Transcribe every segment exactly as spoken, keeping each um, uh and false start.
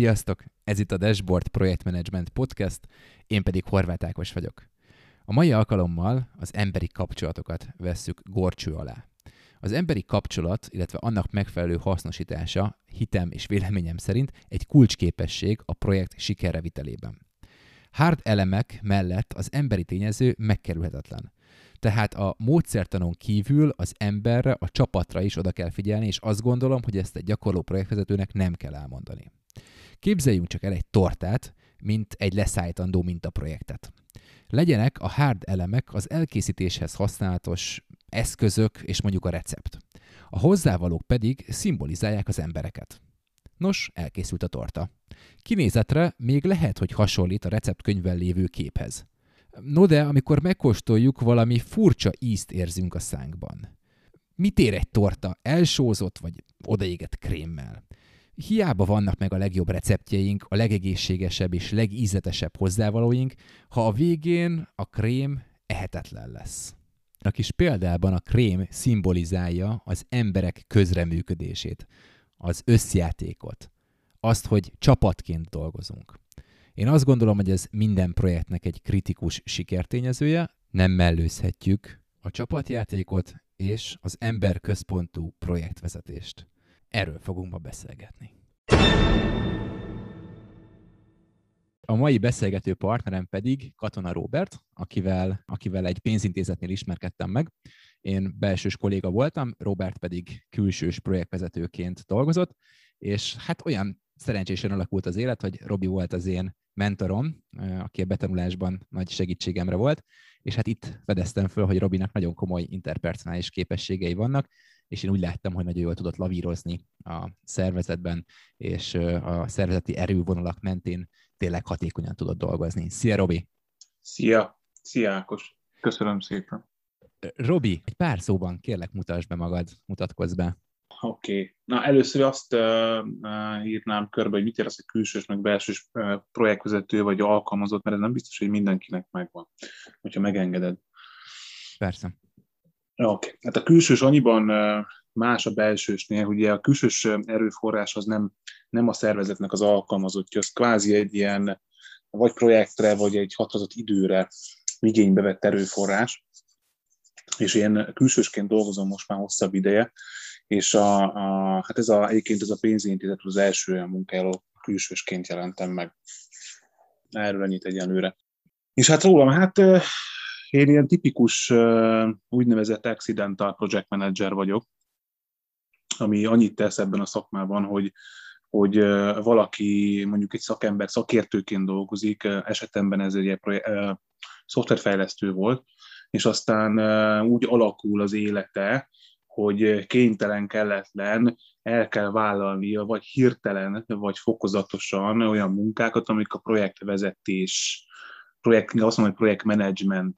Sziasztok! Ez itt a Dashboard Projektmanagement Podcast, én pedig Horváth Ákos vagyok. A mai alkalommal az emberi kapcsolatokat vesszük górcső alá. Az emberi kapcsolat, illetve annak megfelelő hasznosítása, hitem és véleményem szerint egy kulcsképesség a projekt sikerrevitelében. Hard elemek mellett az emberi tényező megkerülhetetlen. Tehát a módszertanon kívül az emberre, a csapatra is oda kell figyelni, és azt gondolom, hogy ezt egy gyakorló projektvezetőnek nem kell elmondani. Képzeljünk csak el egy tortát, mint egy leszállítandó mintaprojektet. Legyenek a hard elemek az elkészítéshez használatos eszközök és mondjuk a recept. A hozzávalók pedig szimbolizálják az embereket. Nos, elkészült a torta. Kinézetre még lehet, hogy hasonlít a receptkönyvben lévő képhez. No de, amikor megkóstoljuk, valami furcsa ízt érzünk a szánkban. Mit ér egy torta elsózott vagy odaégett krémmel? Hiába vannak meg a legjobb receptjeink, a legegészségesebb és legízletesebb hozzávalóink, ha a végén a krém ehetetlen lesz. A kis példában a krém szimbolizálja az emberek közreműködését, az összjátékot, azt, hogy csapatként dolgozunk. Én azt gondolom, hogy ez minden projektnek egy kritikus sikertényezője, nem mellőzhetjük a csapatjátékot és az emberközpontú projektvezetést. Erről fogunk ma beszélgetni. A mai beszélgető partnerem pedig Katona Róbert, akivel, akivel egy pénzintézetnél ismerkedtem meg. Én belsős kolléga voltam, Róbert pedig külsős projektvezetőként dolgozott, és hát olyan szerencsésen alakult az élet, hogy Robi volt az én mentorom, aki a betanulásban nagy segítségemre volt, és hát itt fedeztem föl, hogy Robinak nagyon komoly interpersonális képességei vannak, és én úgy láttam, hogy nagyon jól tudott lavírozni a szervezetben, és a szervezeti erővonalak mentén tényleg hatékonyan tudott dolgozni. Szia, Robi! Szia! Szia, Ákos! Köszönöm szépen! Robi, egy pár szóban kérlek mutasd be magad, mutatkozz be. Oké. Okay. Na, először azt uh, uh, írnám körbe, hogy mit ér az, hogy külsős, meg belsős uh, projektvezető vagy alkalmazott, mert ez nem biztos, hogy mindenkinek megvan, hogyha megengeded. Persze. Oké. Okay. Hát a külsős annyiban uh, más a belsősnél, ugye a külsős erőforrás az nem, nem a szervezetnek az alkalmazottja, az kvázi egy ilyen vagy projektre, vagy egy határozott időre igénybe vett erőforrás, és én külsősként dolgozom most már hosszabb ideje, és a, a, hát ez a, egyébként ez a pénzintézet az első olyan munkáról külsősként jelentem meg. Erről ennyit egyenlőre. És hát rólam, hát én ilyen tipikus úgynevezett accidental project manager vagyok, ami annyit tesz ebben a szakmában, hogy, hogy valaki mondjuk egy szakember szakértőként dolgozik, esetemben ez egy projekt, szoftverfejlesztő volt, és aztán úgy alakul az élete, hogy kénytelen, kelletlen, el kell vállalnia, vagy hirtelen, vagy fokozatosan olyan munkákat, amik a projektvezetés, projekt, azt mondom, hogy projektmenedzsment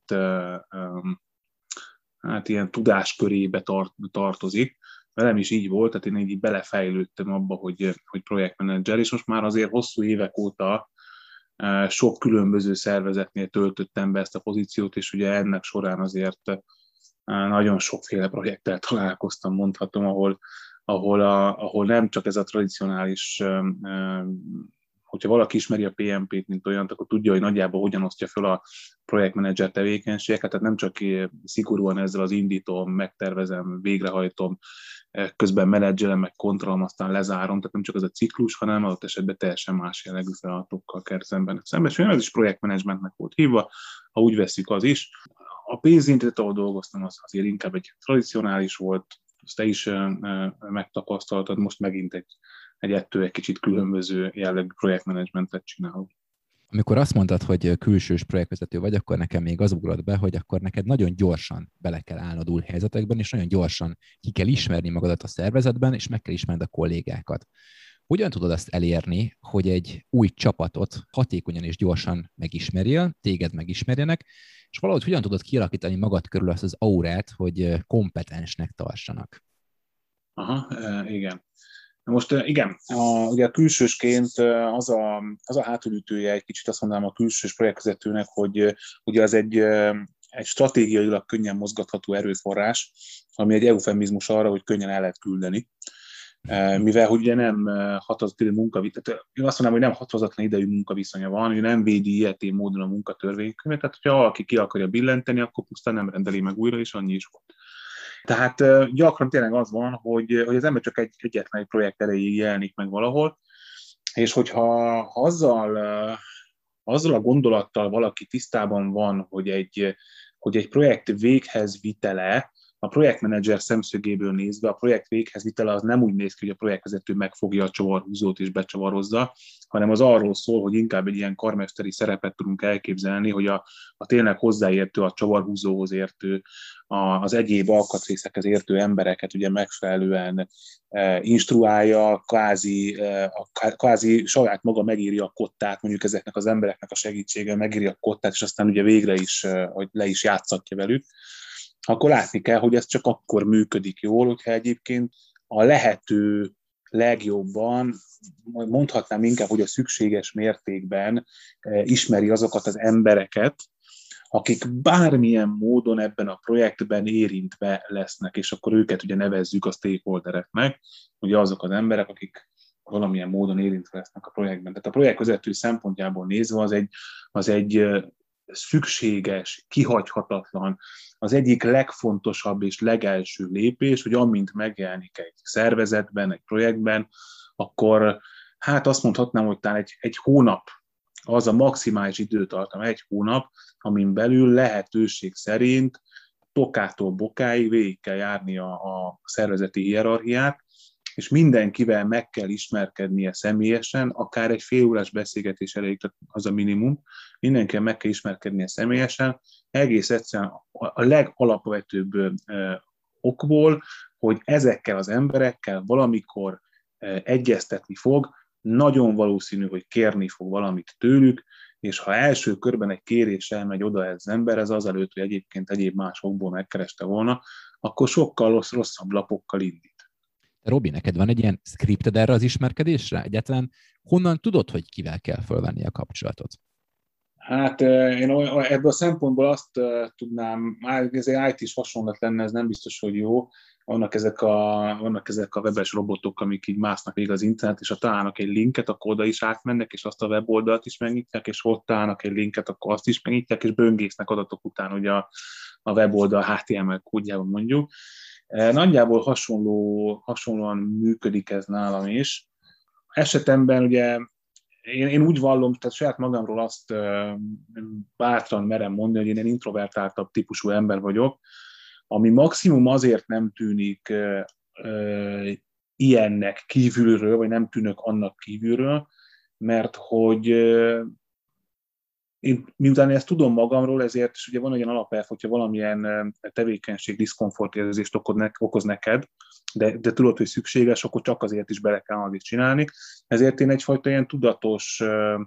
hát ilyen tudáskörébe tart, tartozik. Velem is így volt, tehát én így belefejlődtem abba, hogy, hogy projektmenedzser, és most már azért hosszú évek óta sok különböző szervezetnél töltöttem be ezt a pozíciót, és ugye ennek során azért nagyon sokféle projekttel találkoztam, mondhatom, ahol, ahol, a, ahol nem csak ez a tradicionális, hogyha valaki ismeri a pé em pét, mint olyant, akkor tudja, hogy nagyjából hogyan osztja fel a projektmenedzser tevékenységeket, tehát nem csak szigorúan ezzel az indítom, megtervezem, végrehajtom, közben menedzselem, meg kontrollom, aztán lezárom, tehát nem csak ez a ciklus, hanem adott esetben teljesen más jellegű feladatokkal kell szemben szembesülni. Ez is projektmenedzsmentnek volt hívva, ha úgy vesszük, az is. A pénzintézet, ahol dolgoztam, az azért inkább egy tradicionális volt, azt te is megtapasztaltad, most megint egy, egy ettől egy kicsit különböző jellegű projektmenedzsmentet csinálok. Amikor azt mondtad, hogy külsős projektvezető vagy, akkor nekem még az ugrott be, hogy akkor neked nagyon gyorsan bele kell állnod új helyzetekben, és nagyon gyorsan ki kell ismerni magadat a szervezetben, és meg kell ismerned a kollégákat. Hogyan tudod azt elérni, hogy egy új csapatot hatékonyan és gyorsan megismerjél, téged megismerjenek, és valahogy hogyan tudod kialakítani magad körül azt az aurát, hogy kompetensnek tartsanak? Aha, igen. Most igen, a, ugye a külsősként az a, az a hátulütője egy kicsit azt mondanám a külsős projektvezetőnek, hogy ugye az egy, egy stratégiailag könnyen mozgatható erőforrás, ami egy eufemizmus arra, hogy könnyen el lehet küldeni. mivel hogy ugye nem határozatlan munkaviszony, én azt mondanám, hogy nem határozatlan idejű munkaviszonya van, hogy nem védi ilyetén módon a munkatörvénykönyvet, tehát hogyha valaki ki akarja billenteni, akkor pusztán nem rendeli meg újra, és annyi is volt. Tehát gyakran tényleg az van, hogy, hogy az ember csak egy egyetlen egy projekt erejéig jelenik meg valahol, és hogyha azzal, azzal a gondolattal valaki tisztában van, hogy egy, hogy egy projekt véghez vitele, a projektmenedzser szemszögéből nézve, a projekt véghez vitele az nem úgy néz ki, hogy a projektvezető megfogja a csavarhúzót és becsavarozza, hanem az arról szól, hogy inkább egy ilyen karmesteri szerepet tudunk elképzelni, hogy a, a tényleg hozzáértő, a csavarhúzóhoz értő, a, az egyéb alkatrészekhez értő embereket ugye megfelelően e, instruálja, kvázi, e, a, kvázi saját maga megírja a kottát, mondjuk ezeknek az embereknek a segítsége megírja a kottát, és aztán ugye végre is, e, hogy le is játszatja velük. Akkor látni kell, hogy ez csak akkor működik jól, hogyha egyébként a lehető legjobban, mondhatnám inkább, hogy a szükséges mértékben ismeri azokat az embereket, akik bármilyen módon ebben a projektben érintve lesznek, és akkor őket ugye nevezzük a stakeholdereknek, ugye azok az emberek, akik valamilyen módon érintve lesznek a projektben. Tehát a projektvezető szempontjából nézve az egy, az egy szükséges, kihagyhatatlan, az egyik legfontosabb és legelső lépés, hogy amint megjelenik egy szervezetben, egy projektben, akkor hát azt mondhatnám, hogy talán egy, egy hónap, az a maximális időtartam, egy hónap, amin belül lehetőség szerint tokától bokáig végig kell járni a, a szervezeti hierarchiát, és mindenkivel meg kell ismerkednie személyesen, akár egy fél órás beszélgetés elég, az a minimum, mindenkivel meg kell ismerkednie személyesen, egész egyszerűen a legalapvetőbb okból, hogy ezekkel az emberekkel valamikor egyeztetni fog, nagyon valószínű, hogy kérni fog valamit tőlük, és ha első körben egy kérés elmegy oda ez az ember, ez azelőtt, hogy egyébként egyéb más okból megkereste volna, akkor sokkal rossz, rosszabb lapokkal indít. Robi, neked van egy ilyen scripted erre az ismerkedésre? Egyáltalán honnan tudod, hogy kivel kell fölvenni a kapcsolatot? Hát én ebből a szempontból azt tudnám, ez egy í té-s hasonlat lenne, ez nem biztos, hogy jó. Vannak ezek a, vannak ezek a webes robotok, amik így másznak végig az internet, és ha találnak egy linket, akkor oda is átmennek, és azt a weboldalt is megnyitják, és ott találnak egy linket, akkor azt is megnyitják, és böngésznek adatok után ugye a, a weboldal há té em el kódjában mondjuk. Nagyjából hasonló, hasonlóan működik ez nálam is. Esetemben ugye én, én úgy vallom, tehát saját magamról azt bátran merem mondani, hogy én egy introvertáltabb típusú ember vagyok, ami maximum azért nem tűnik uh, uh, ilyennek kívülről, vagy nem tűnök annak kívülről, mert hogy uh, én miután ezt tudom magamról, ezért is ugye van olyan alapelv, hogyha valamilyen tevékenység diszkomfortérzést okoz neked, de, de tudod, hogy szükséges, akkor csak azért is bele kell addig csinálni. Ezért én egyfajta ilyen tudatos,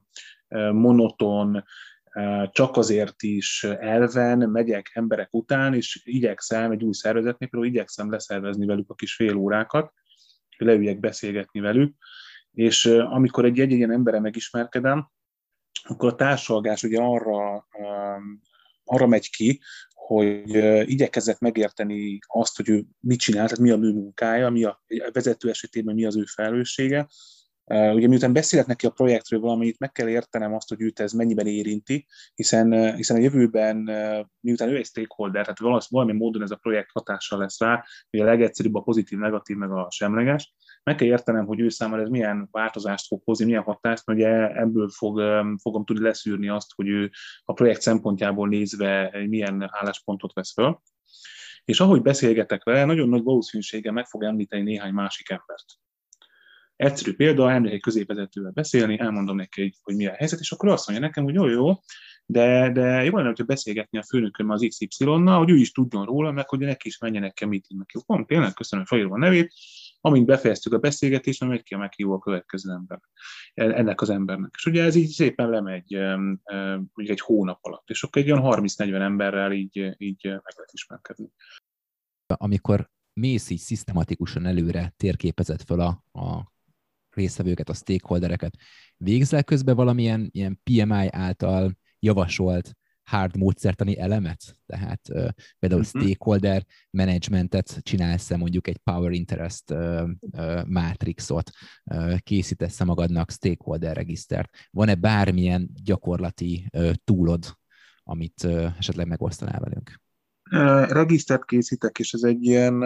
monoton, csak azért is elven megyek emberek után, és igyekszem egy új szervezetnél, például igyekszem leszervezni velük a kis fél órákat, hogy leüljek beszélgetni velük, és amikor egy egy ilyen emberre megismerkedem, akkor a társalgás ugye arra, arra megy ki, hogy igyekezzek megérteni azt, hogy ő mit csinál, tehát mi a ő munkája, mi a vezető esetében mi az ő felelőssége. Ugye miután beszélek neki a projektről valamit, meg kell értenem azt, hogy őt ez mennyiben érinti, hiszen, hiszen a jövőben, miután ő egy stakeholder, tehát valami módon ez a projekt hatással lesz rá, hogy a legegyszerűbb a pozitív, negatív, meg a semleges, meg kell értenem, hogy ő számára ez milyen változást fog hozni, milyen hatást, mert ugye ebből fog, fogom tudni leszűrni azt, hogy ő a projekt szempontjából nézve milyen álláspontot vesz föl. És ahogy beszélgetek vele, nagyon nagy valószínűséggel meg fog említeni néhány másik embert. Egyszerű példa, elmegyek egy középvezetővel beszélni, elmondom neki, hogy mi a helyzet, és akkor azt mondja nekem, hogy jó, jó, de, de jó lenne, hogyha beszélgetni a főnökömmel az iksz ipszilonnal, hogy ő is tudjon róla, meg hogy neki is menjenek ki a meetingnek. Jó, van, tényleg köszönöm, hogy felírva a nevét. Amint befejeztük a beszélgetést, megy ki a meghívó a következő ember, ennek az embernek. És ugye ez így szépen lemegy ugye egy hónap alatt, és akkor egy olyan harminc-negyven emberrel így, így meg lehet ismerkedni. Amikor mész így szisztematikusan előre térképezed fel a, a résztvevőket, a stakeholdereket, végzel közben valamilyen ilyen pé em i által javasolt hard módszertani elemet? Tehát uh, például uh-huh. stakeholder managementet csinálsz-e, mondjuk egy power interest uh, uh, mátrixot, uh, készítesz-e magadnak stakeholder regisztert? Van-e bármilyen gyakorlati uh, toolod, amit uh, esetleg megosztanál velünk? Uh, regisztert készítek, és ez egy ilyen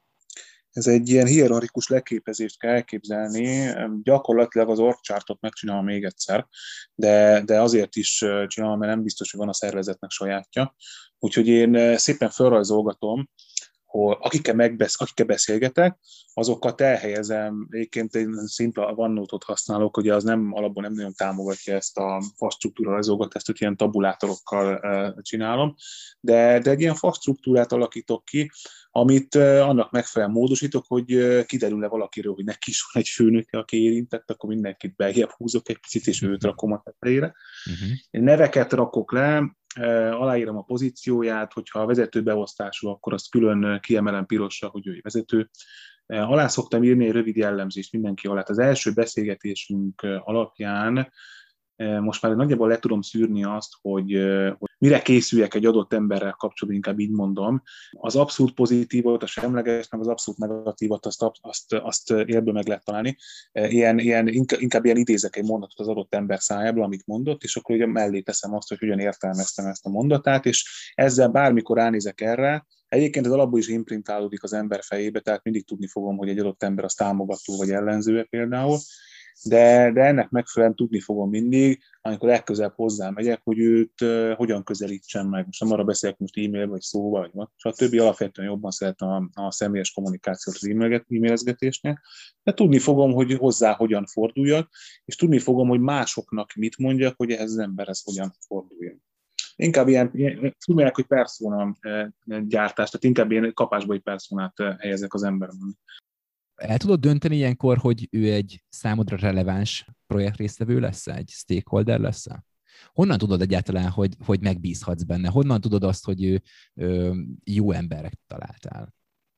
Ez egy ilyen hierarchikus leképezést kell elképzelni. Gyakorlatilag az org chartot megcsinálom még egyszer, de, de azért is csinálom, mert nem biztos, hogy van a szervezetnek sajátja. Úgyhogy én szépen felrajzolgatom, hogy akikkel, megbesz, akikkel beszélgetek, azokat elhelyezem. Egyébként én szimpla OneNote-ot használok, ugye az nem, alapból nem nagyon támogatja ezt a fast struktúra rajzolgatást, hogy ilyen tabulátorokkal csinálom, de, de egy ilyen fast struktúrát alakítok ki, amit annak megfelelően módosítok, hogy kiderül-e valakiről, hogy neki is van egy főnöke, aki érintett, akkor mindenkit beljebb húzok egy picit, és őt rakom a tetejére. Uh-huh. Neveket rakok le, aláírom a pozícióját, hogyha a vezető beosztású, akkor azt külön kiemelem pirosra, hogy ő vezető. Alá szoktam írni egy rövid jellemzést mindenki alá. Az első beszélgetésünk alapján most már nagyjából le tudom szűrni azt, hogy, hogy mire készüljek egy adott emberrel kapcsolatban, inkább így mondom. Az abszolút pozitívot, a semleges, meg az abszolút negatívot, azt, azt, azt élből meg lehet találni. Ilyen, ilyen, inkább ilyen idézek egy mondatot az adott ember szájából, amit mondott, és akkor ugye mellé teszem azt, hogy hogyan értelmeztem ezt a mondatát, és ezzel bármikor ránézek erre. Egyébként ez alapból is imprintálódik az ember fejébe, tehát mindig tudni fogom, hogy egy adott ember az támogató vagy ellenző például. De, de ennek megfelelően tudni fogom mindig, amikor legközelebb hozzá megyek, hogy őt uh, hogyan közelítsem meg. Most nem arra beszélek most e-mail vagy szóval, vagy van. És a többi alapvetően jobban szeret a, a személyes kommunikációt az e-mailezgetésnél, de tudni fogom, hogy hozzá hogyan forduljak, és tudni fogom, hogy másoknak mit mondjak, hogy ehhez az emberhez hogyan forduljon. Inkább ilyen, ilyen tudják, hogy persona gyártás, tehát inkább ilyen kapásba egy personát helyezek az emberben. El tudod dönteni ilyenkor, hogy ő egy számodra releváns projektrésztvevő lesz, egy stakeholder lesz? Honnan tudod egyáltalán, hogy, hogy megbízhatsz benne? Honnan tudod azt, hogy ő, ő jó emberek találtál?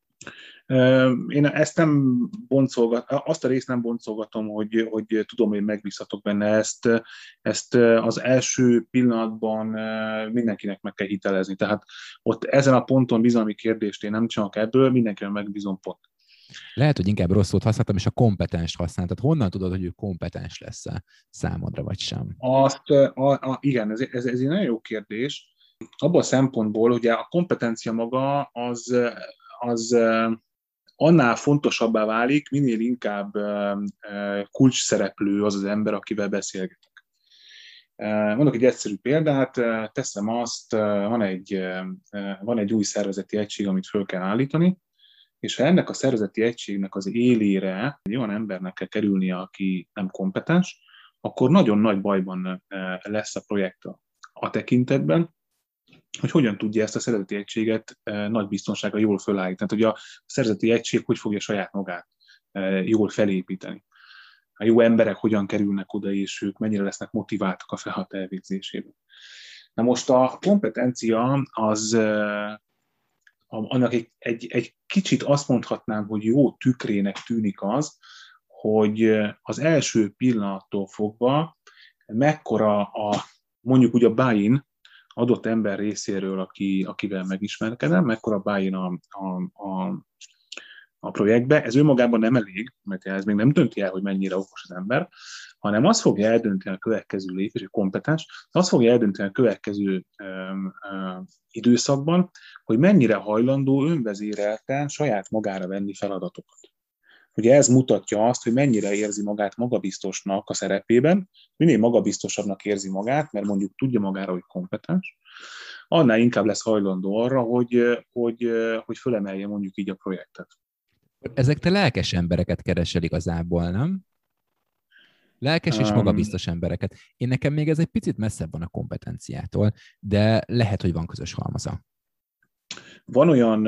Én ezt nem boncolgatom, azt a részt nem boncolgatom, hogy, hogy tudom, hogy megbízhatok benne. Ezt, ezt az első pillanatban mindenkinek meg kell hitelezni. Tehát ott ezen a ponton bizalmi kérdést én nem csinálok ebből, mindenkinek megbízom pont. Lehet, hogy inkább rossz szót használtam, és a kompetenst használtam. Tehát honnan tudod, hogy ő kompetens lesz számodra, vagy sem? Azt, a, a, igen, ez, ez, ez egy nagyon jó kérdés. Abban a szempontból, hogy a kompetencia maga az, az annál fontosabbá válik, minél inkább kulcsszereplő az az ember, akivel beszélgetek. Mondok egy egyszerű példát, teszem azt, van egy, van egy új szervezeti egység, amit föl kell állítani, és ha ennek a szervezeti egységnek az élére egy olyan embernek kell kerülnie, aki nem kompetens, akkor nagyon nagy bajban lesz a projekt a tekintetben, hogy hogyan tudja ezt a szervezeti egységet nagy biztonsággal jól fölállítani. Tehát, hogy a szervezeti egység hogy fogja saját magát jól felépíteni. A jó emberek hogyan kerülnek oda, és ők mennyire lesznek motiváltak a feladat elvégzésében. Na most a kompetencia az... annak egy, egy, egy kicsit azt mondhatnám, hogy jó tükrének tűnik az, hogy az első pillanattól fogva mekkora a, mondjuk úgy a buy-in adott ember részéről, aki, akivel megismerkedem, mekkora buy-in a, a, a, a projektbe. Ez önmagában nem elég, mert ez még nem dönti el, hogy mennyire okos az ember, hanem azt fogja eldönteni a következő lépés, hogy kompetens, azt fogja eldönteni a következő ö, ö, időszakban, hogy mennyire hajlandó önvezérelten saját magára venni feladatokat. Ugye ez mutatja azt, hogy mennyire érzi magát magabiztosnak a szerepében, minél magabiztosabbnak érzi magát, mert mondjuk tudja magára, hogy kompetens, annál inkább lesz hajlandó arra, hogy, hogy, hogy fölemelje mondjuk így a projektet. Ezek te lelkes embereket keresel igazából, nem? Lelkes és magabiztos embereket. Én nekem még ez egy picit messzebb van a kompetenciától, de lehet, hogy van közös halmaza. Van olyan,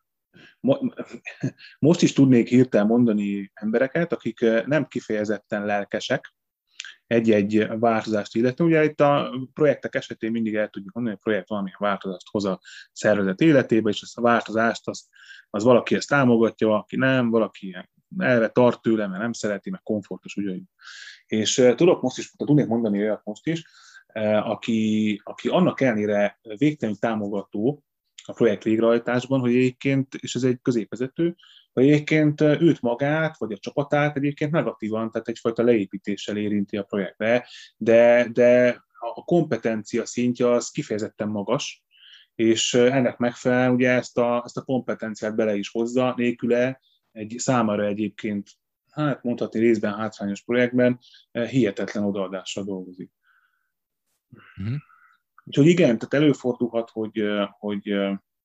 most is tudnék hirtelen mondani embereket, akik nem kifejezetten lelkesek egy-egy változást illetve. Ugye itt a projektek esetén mindig el tudjuk mondani, hogy a projekt valamilyen változást hoz a szervezet életébe, és ezt a változást az, az valaki ezt támogatja, valaki nem, valaki elve tart tőle, mert nem szereti, meg komfortos, ugyanúgy. És tudok most is, tudnék mondani olyat most is, aki, aki annak ellenére végtelenül támogató a projekt végrehajtásban, hogy egyébként, és ez egy középvezető, hogy egyébként őt magát, vagy a csapatát egyébként negatívan, tehát egyfajta leépítéssel érinti a projektre, de, de a kompetencia szintje az kifejezetten magas, és ennek megfelelően ugye ezt a, ezt a kompetenciát bele is hozza, nélküle egy számára egyébként, hát mondhatni részben hátrányos projektben hihetetlen odaadással dolgozik. Mm-hmm. Úgyhogy igen, tehát előfordulhat, hogy, hogy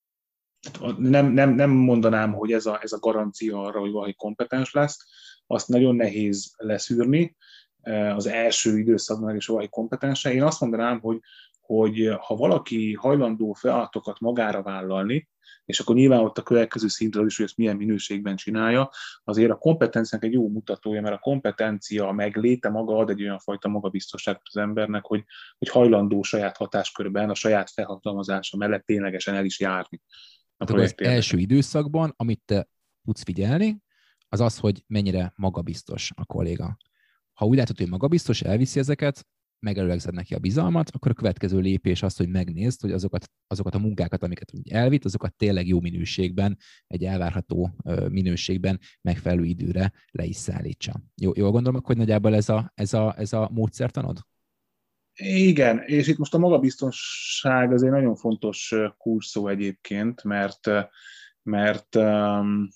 nem, nem, nem mondanám, hogy ez a, ez a garancia arra, hogy valaki kompetens lesz, azt nagyon nehéz leszűrni az első időszakban, és valaki kompetense. Én azt mondanám, hogy, hogy ha valaki hajlandó feladatokat magára vállalni, és akkor nyilván ott a következő szintről is, hogy ezt milyen minőségben csinálja, azért a kompetenciának egy jó mutatója, mert a kompetencia meg léte maga ad egy olyan fajta magabiztosságot az embernek, hogy, hogy hajlandó saját hatáskörben, a saját felhatalmazása mellett ténylegesen el is járni. Hát az első időszakban, amit te tudsz figyelni, az az, hogy mennyire magabiztos a kolléga. Ha úgy látod, hogy magabiztos, elviszi ezeket, megelőlegzed neki a bizalmat, akkor a következő lépés az, hogy megnézd, hogy azokat, azokat a munkákat, amiket úgy elvitt, azokat tényleg jó minőségben, egy elvárható minőségben, megfelelő időre le is szállítsa. Jó, jól gondolom, hogy nagyjából ez a, ez a, ez a módszertanod? Igen, és itt most a magabiztosság az egy nagyon fontos kulcsszó egyébként, mert, mert um,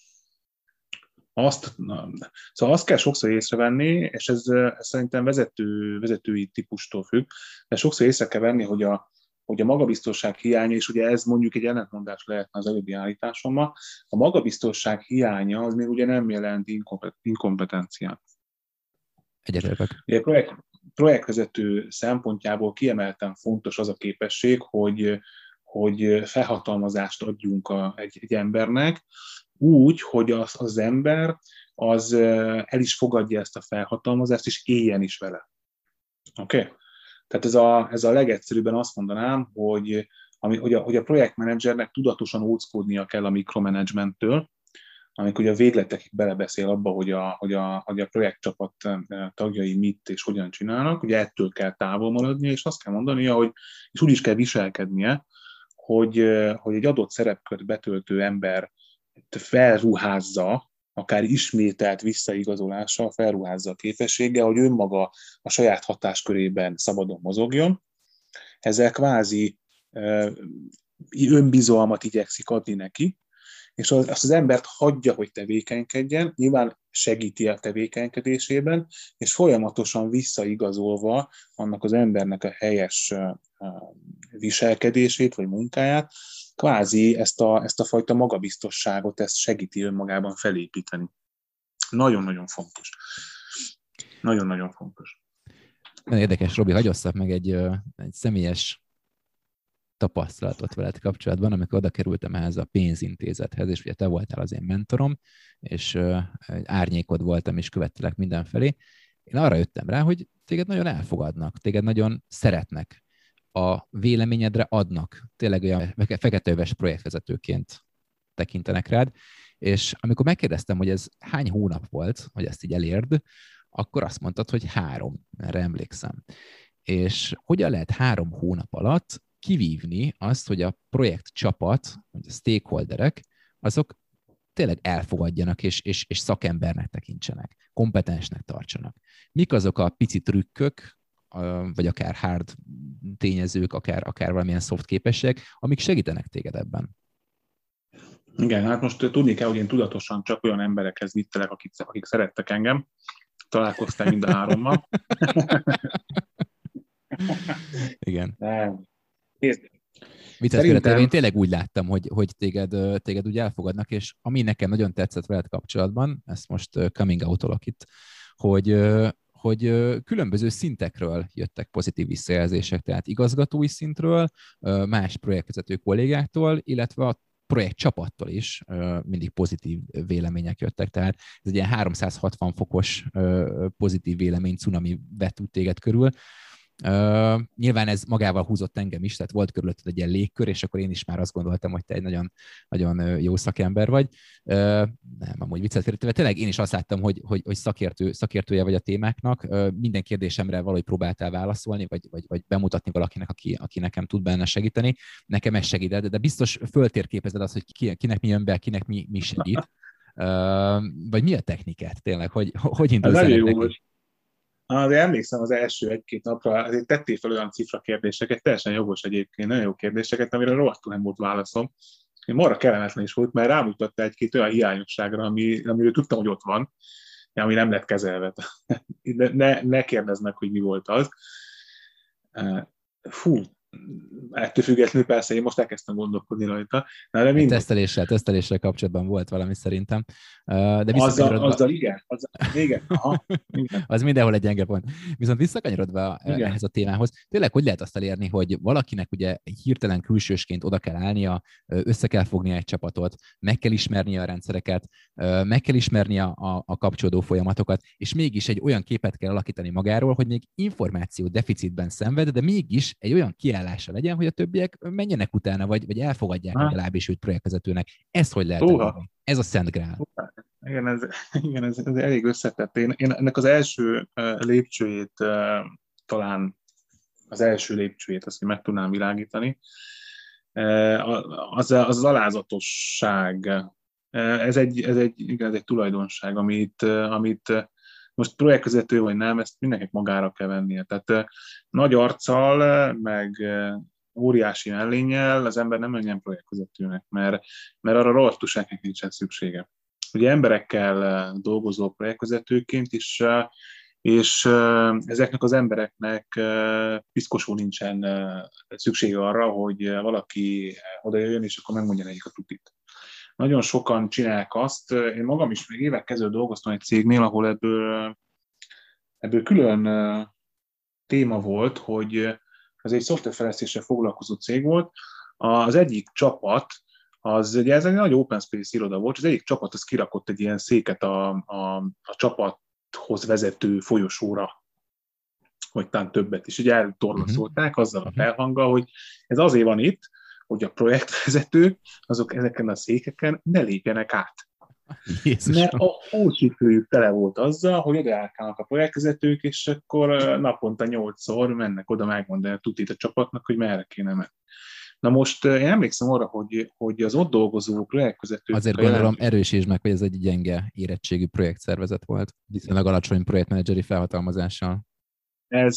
azt, szóval azt kell sokszor észrevenni, és ez, ez szerintem vezető, vezetői típustól függ, de sokszor észre kell venni, hogy a, hogy a magabiztosság hiánya, és ugye ez mondjuk egy ellentmondás lehetne az előbbi állításommal, a magabiztosság hiánya az még ugye nem jelent inkompetenciát. Egyetértek. Ugye projekt, projektvezető szempontjából kiemelten fontos az a képesség, hogy, hogy felhatalmazást adjunk a, egy, egy embernek, úgy, hogy az, az ember az el is fogadja ezt a felhatalmazást, és éljen is vele. Oké? Okay? Tehát ez a, ez a legegyszerűbben azt mondanám, hogy, ami, hogy, a, hogy a projektmenedzsernek tudatosan óckodnia kell a mikromanagementtől, amikor ugye a végletekig belebeszél abba, hogy a, hogy, a, hogy a projektcsapat tagjai mit és hogyan csinálnak, ugye ettől kell távol maradnia, és azt kell mondania, hogy, és úgy is kell viselkednie, hogy, hogy egy adott szerepkört betöltő ember felruházza, akár ismételt visszaigazolással felruházza a képességgel, hogy önmaga a saját hatáskörében szabadon mozogjon. Ezzel kvázi önbizalmat igyekszik adni neki, és azt az embert hagyja, hogy tevékenykedjen, nyilván segíti a tevékenykedésében, és folyamatosan visszaigazolva annak az embernek a helyes viselkedését vagy munkáját, kvázi ezt a, ezt a fajta magabiztosságot, ezt segíti önmagában felépíteni. Nagyon-nagyon fontos. Nagyon-nagyon fontos. Nagyon érdekes, Robi, hagy osszak meg egy, egy személyes tapasztalatot veled kapcsolatban, amikor oda kerültem ehhez a pénzintézethez, és ugye te voltál az én mentorom, és egy árnyékod voltam, és követtelek mindenfelé. Én arra jöttem rá, hogy téged nagyon elfogadnak, téged nagyon szeretnek, a véleményedre adnak, tényleg olyan feketőves projektvezetőként tekintenek rád, és amikor megkérdeztem, hogy ez hány hónap volt, hogy ezt így elérd, akkor azt mondtad, hogy három, erre emlékszem. És hogyan lehet három hónap alatt kivívni azt, hogy a projektcsapat, vagy a stakeholderek, azok tényleg elfogadjanak, és, és, és szakembernek tekintsenek, kompetensnek tartsanak. Mik azok a pici trükkök, vagy akár hard tényezők, akár, akár valamilyen soft képességek, amik segítenek téged ebben? Igen, hát most tudni kell, hogy én tudatosan csak olyan emberekhez vittelek, akik, akik szerettek engem. Találkoztál mind a hárommal. Igen. Vicces Szerintem... Én tényleg úgy láttam, hogy, hogy téged, téged úgy elfogadnak, és ami nekem nagyon tetszett veled kapcsolatban, ezt most coming out-olok itt, hogy, hogy különböző szintekről jöttek pozitív visszajelzések, tehát igazgatói szintről, más projektvezető kollégáktól, illetve a projektcsapattól is mindig pozitív vélemények jöttek, tehát ez egy ilyen háromszázhatvan fokos pozitív vélemény cunami vett úgy téged körül, Uh, nyilván ez magával húzott engem is, tehát volt körülötted egy ilyen légkör, és akkor én is már azt gondoltam, hogy te egy nagyon, nagyon jó szakember vagy. Uh, nem, amúgy viccet félretéve, tényleg én is azt láttam, hogy, hogy, hogy szakértő, szakértője vagy a témáknak. Uh, minden kérdésemre valahogy próbáltál válaszolni, vagy, vagy, vagy bemutatni valakinek, aki, aki nekem tud benne segíteni. Nekem ez segített, de biztos föltérképezed azt, hogy ki, kinek mi jön be, kinek mi, mi segít. Uh, vagy mi a technikát tényleg, hogy, hogy indulsz el neki? De emlékszem az első egy-két napra, azért tettél fel olyan cifra kérdéseket, teljesen jogos egyébként, nagyon jó kérdéseket, amire rohadtul nem volt válaszom. Én marra kellemetlen is volt, mert rámutatta egy-két olyan hiányosságra, ami, amiről tudtam, hogy ott van, ami nem lett kezelve. De ne, ne kérdezd meg, hogy mi volt az. Fú, ettől függetlenül persze én most elkezdtem gondolkodni rajta. De mindegy. Teszteléssel, teszteléssel kapcsolatban volt valami szerintem. De azzal, azzal igen. Azzal, igen. Aha, igen. Az mindenhol egy gyenge pont. Viszont visszakanyarodva igen. ehhez a témához, tényleg hogy lehet azt elérni, hogy valakinek ugye hirtelen külsősként oda kell állnia, össze kell fognia egy csapatot, meg kell ismernie a rendszereket, meg kell ismernie a, a kapcsolódó folyamatokat, és mégis egy olyan képet kell alakítani magáról, hogy még információ deficitben szenved, de mégis egy olyan kiállása legyen, hogy a többiek menjenek utána, vagy, vagy elfogadják legalábbis őt projektvezetőnek. Ezt hogy lehet elérni? Ez a Szent Grál. Igen, ez, igen ez, ez elég összetett. Én, én ennek az első lépcsőjét, talán az első lépcsőjét azt meg tudnám világítani, az az alázatosság. Ez egy, ez egy, igen, ez egy tulajdonság, amit, amit most projektvezető vagy nem, ezt mindenkinek magára kell vennie. Tehát nagy arccal, meg óriási mellénnyel az ember nem menjen projektvezetőnek, mert, mert arra rohadtul senkinek nincsen szüksége. Ugye emberekkel dolgozó projektvezetőként is, és ezeknek az embereknek piszkosul nincsen szüksége arra, hogy valaki odajöjjön, és akkor megmondja nekik a tutit. Nagyon sokan csinálják azt, én magam is még évek kezdődő dolgoztam egy cégnél, ahol ebből, ebből külön téma volt, hogy ez egy szoftverfejlesztéssel foglalkozó cég volt. Az egyik csapat, az ugye ez egy nagy open space iroda volt, az egyik csapat az kirakott egy ilyen széket a, a, a csapathoz vezető folyosóra, vagy talán többet is. Ugye eltorlaszolták azzal a felhanggal, hogy ez azért van itt, hogy a projektvezetők azok ezeken a székeken ne lépjenek át. Jézusom. Mert a hósítőjük tele volt azzal, hogy odaállkálnak a projektvezetők, és akkor naponta nyolcszor mennek oda megmondani a tutit a csapatnak, hogy merre kéne menni. Na most én emlékszem arra, hogy, hogy az ott dolgozó projektvezetők... Azért gondolom jelent... erősítsd meg, hogy ez egy gyenge érettségű projektszervezet volt, viszonylag alacsony projektmenedzseri felhatalmazással. Ez,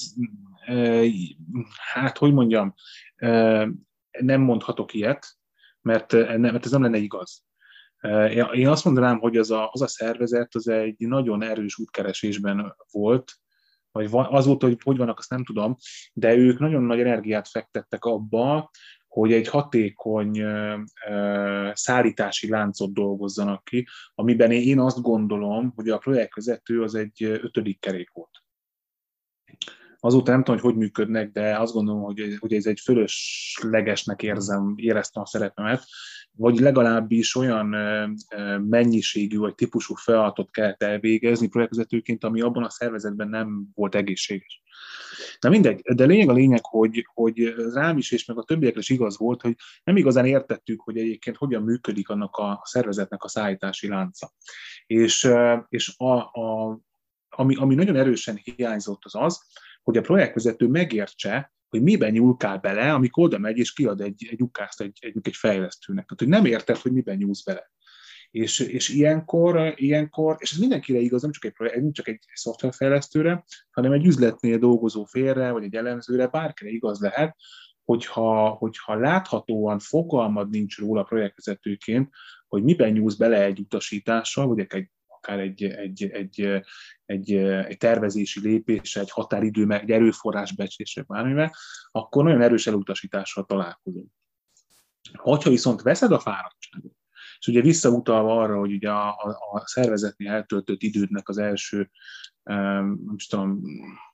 hát hogy mondjam, nem mondhatok ilyet, mert, mert ez nem lenne igaz. Én azt mondanám, hogy az a, az a szervezet az egy nagyon erős útkeresésben volt, vagy az volt, hogy hogy vannak, azt nem tudom, de ők nagyon nagy energiát fektettek abba, hogy egy hatékony uh, szállítási láncot dolgozzanak ki, amiben én azt gondolom, hogy a projektvezető az egy ötödik kerék volt. Azóta nem tudom, hogy hogy működnek, de azt gondolom, hogy, hogy ez egy fölöslegesnek érzem, éreztem a szerepemet, vagy legalábbis olyan mennyiségű vagy típusú feladatot kellett elvégezni projektvezetőként, ami abban a szervezetben nem volt egészséges. Na mindegy, de lényeg a lényeg, hogy, hogy rám is és meg a többiekre is igaz volt, hogy nem igazán értettük, hogy egyébként hogyan működik annak a szervezetnek a szállítási lánca. És, és a, a, ami, ami nagyon erősen hiányzott az az, hogy a projektvezető megértse, hogy miben nyúlkál bele, amikor oda megy és kiad egy, egy ukázt egy, egy, egy fejlesztőnek. Tehát, hogy nem érted, hogy miben nyúlsz bele. És, és ilyenkor, ilyenkor, és ez mindenkire igaz, nem csak egy, nem csak egy szoftverfejlesztőre, hanem egy üzletnél dolgozó félre, vagy egy elemzőre, bárkire igaz lehet, hogyha, hogyha láthatóan fogalmad nincs róla projektvezetőként, hogy miben nyúlsz bele egy utasítással, vagy egy akár egy, egy, egy, egy, egy tervezési lépésre, egy határidő, egy erőforrásbecslésre, bármivel, akkor nagyon erős elutasítással találkozunk. Hogyha viszont veszed a fáradtságot, és ugye visszautalva arra, hogy ugye a, a, a szervezetnél eltöltött idődnek az első, nem tudom,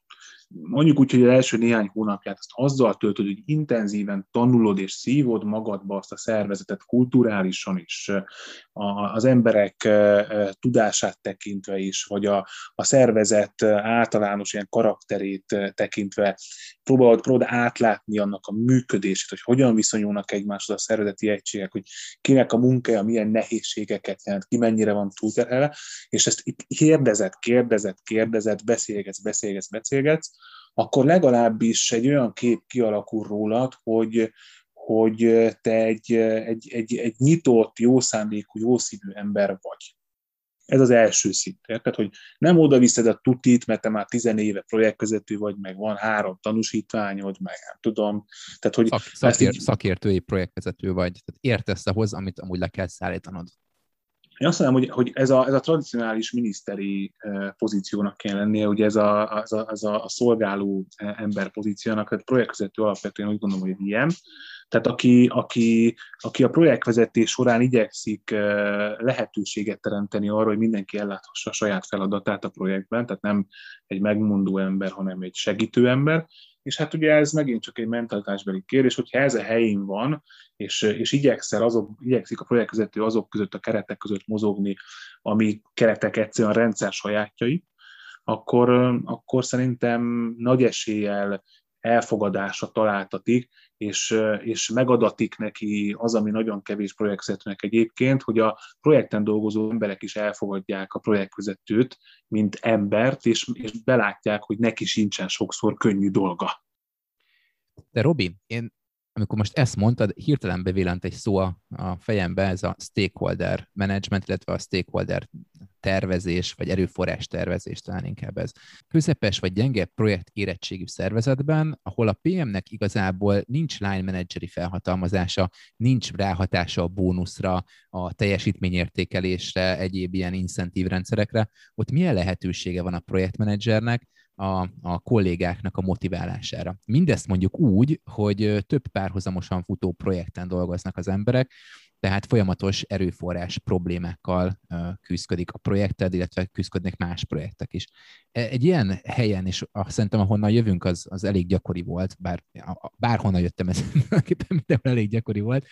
mondjuk úgy, hogy az első néhány hónapját azt azzal töltöd, hogy intenzíven tanulod és szívod magadba azt a szervezetet kulturálisan is, az emberek tudását tekintve is, vagy a, a szervezet általános ilyen karakterét tekintve, próbálod, próbálod átlátni annak a működését, hogy hogyan viszonyulnak egymáshoz a szervezeti egységek, hogy kinek a munkája milyen nehézségeket jelent, ki mennyire van túlterhelve, és ezt itt kérdezed, kérdezed, kérdezed, beszélgetsz, beszélgetsz, beszélgetsz, akkor legalábbis egy olyan kép kialakul rólad, hogy, hogy te egy, egy, egy, egy nyitott, jó szándékú, jó szívű ember vagy. Ez az első szint. Tehát, hogy nem oda viszed a tutit, mert te már tizenéve projektvezető vagy, meg van három tanúsítványod, meg nem tudom. Tehát, hogy Szak, szakért, így... Szakértői projektvezető vagy, tehát értesz ahhoz, amit amúgy le kell szállítanod. Én azt mondom, hogy, hogy ez, a, ez a tradicionális miniszteri pozíciónak kell lennie, ugye ez a, az a, az a szolgáló ember pozíciónak, tehát projektvezető alapvetően úgy gondolom, hogy ilyen. Tehát aki, aki, aki a projektvezetés során igyekszik lehetőséget teremteni arra, hogy mindenki elláthassa a saját feladatát a projektben, tehát nem egy megmondó ember, hanem egy segítő ember. És hát ugye ez megint csak egy mentalitásbeli kérdés, hogyha ez a helyén van, és, és igyekszel azok, igyekszik a projektvezető azok között, a keretek között mozogni, ami keretek egyszerűen a rendszer sajátjai, akkor, akkor szerintem nagy eséllyel elfogadásra találtatik, és, és megadatik neki az, ami nagyon kevés projektvezetőnek egyébként, hogy a projekten dolgozó emberek is elfogadják a projektvezetőt, mint embert, és, és belátják, hogy neki sincsen sokszor könnyű dolga. De Robi, én amikor most ezt mondtad, hirtelen bevillant egy szó a, a fejembe, ez a stakeholder management, illetve a stakeholder tervezés, vagy erőforrás tervezés, talán inkább ez. Közepes vagy gyenge projekt érettségű szervezetben, ahol a pé emnek igazából nincs line manageri felhatalmazása, nincs ráhatása a bónuszra, a teljesítményértékelésre, egyéb ilyen incentív rendszerekre, ott milyen lehetősége van a projektmenedzsernek, A, a kollégáknak a motiválására. Mindezt mondjuk úgy, hogy több párhuzamosan futó projekten dolgoznak az emberek, tehát folyamatos erőforrás problémákkal küzdik a projekted, illetve küzdködnek más projektek is. Egy ilyen helyen, és szerintem ahonnan jövünk, az, az elég gyakori volt, bár bárhonnan jöttem, ez mindenhol elég gyakori volt.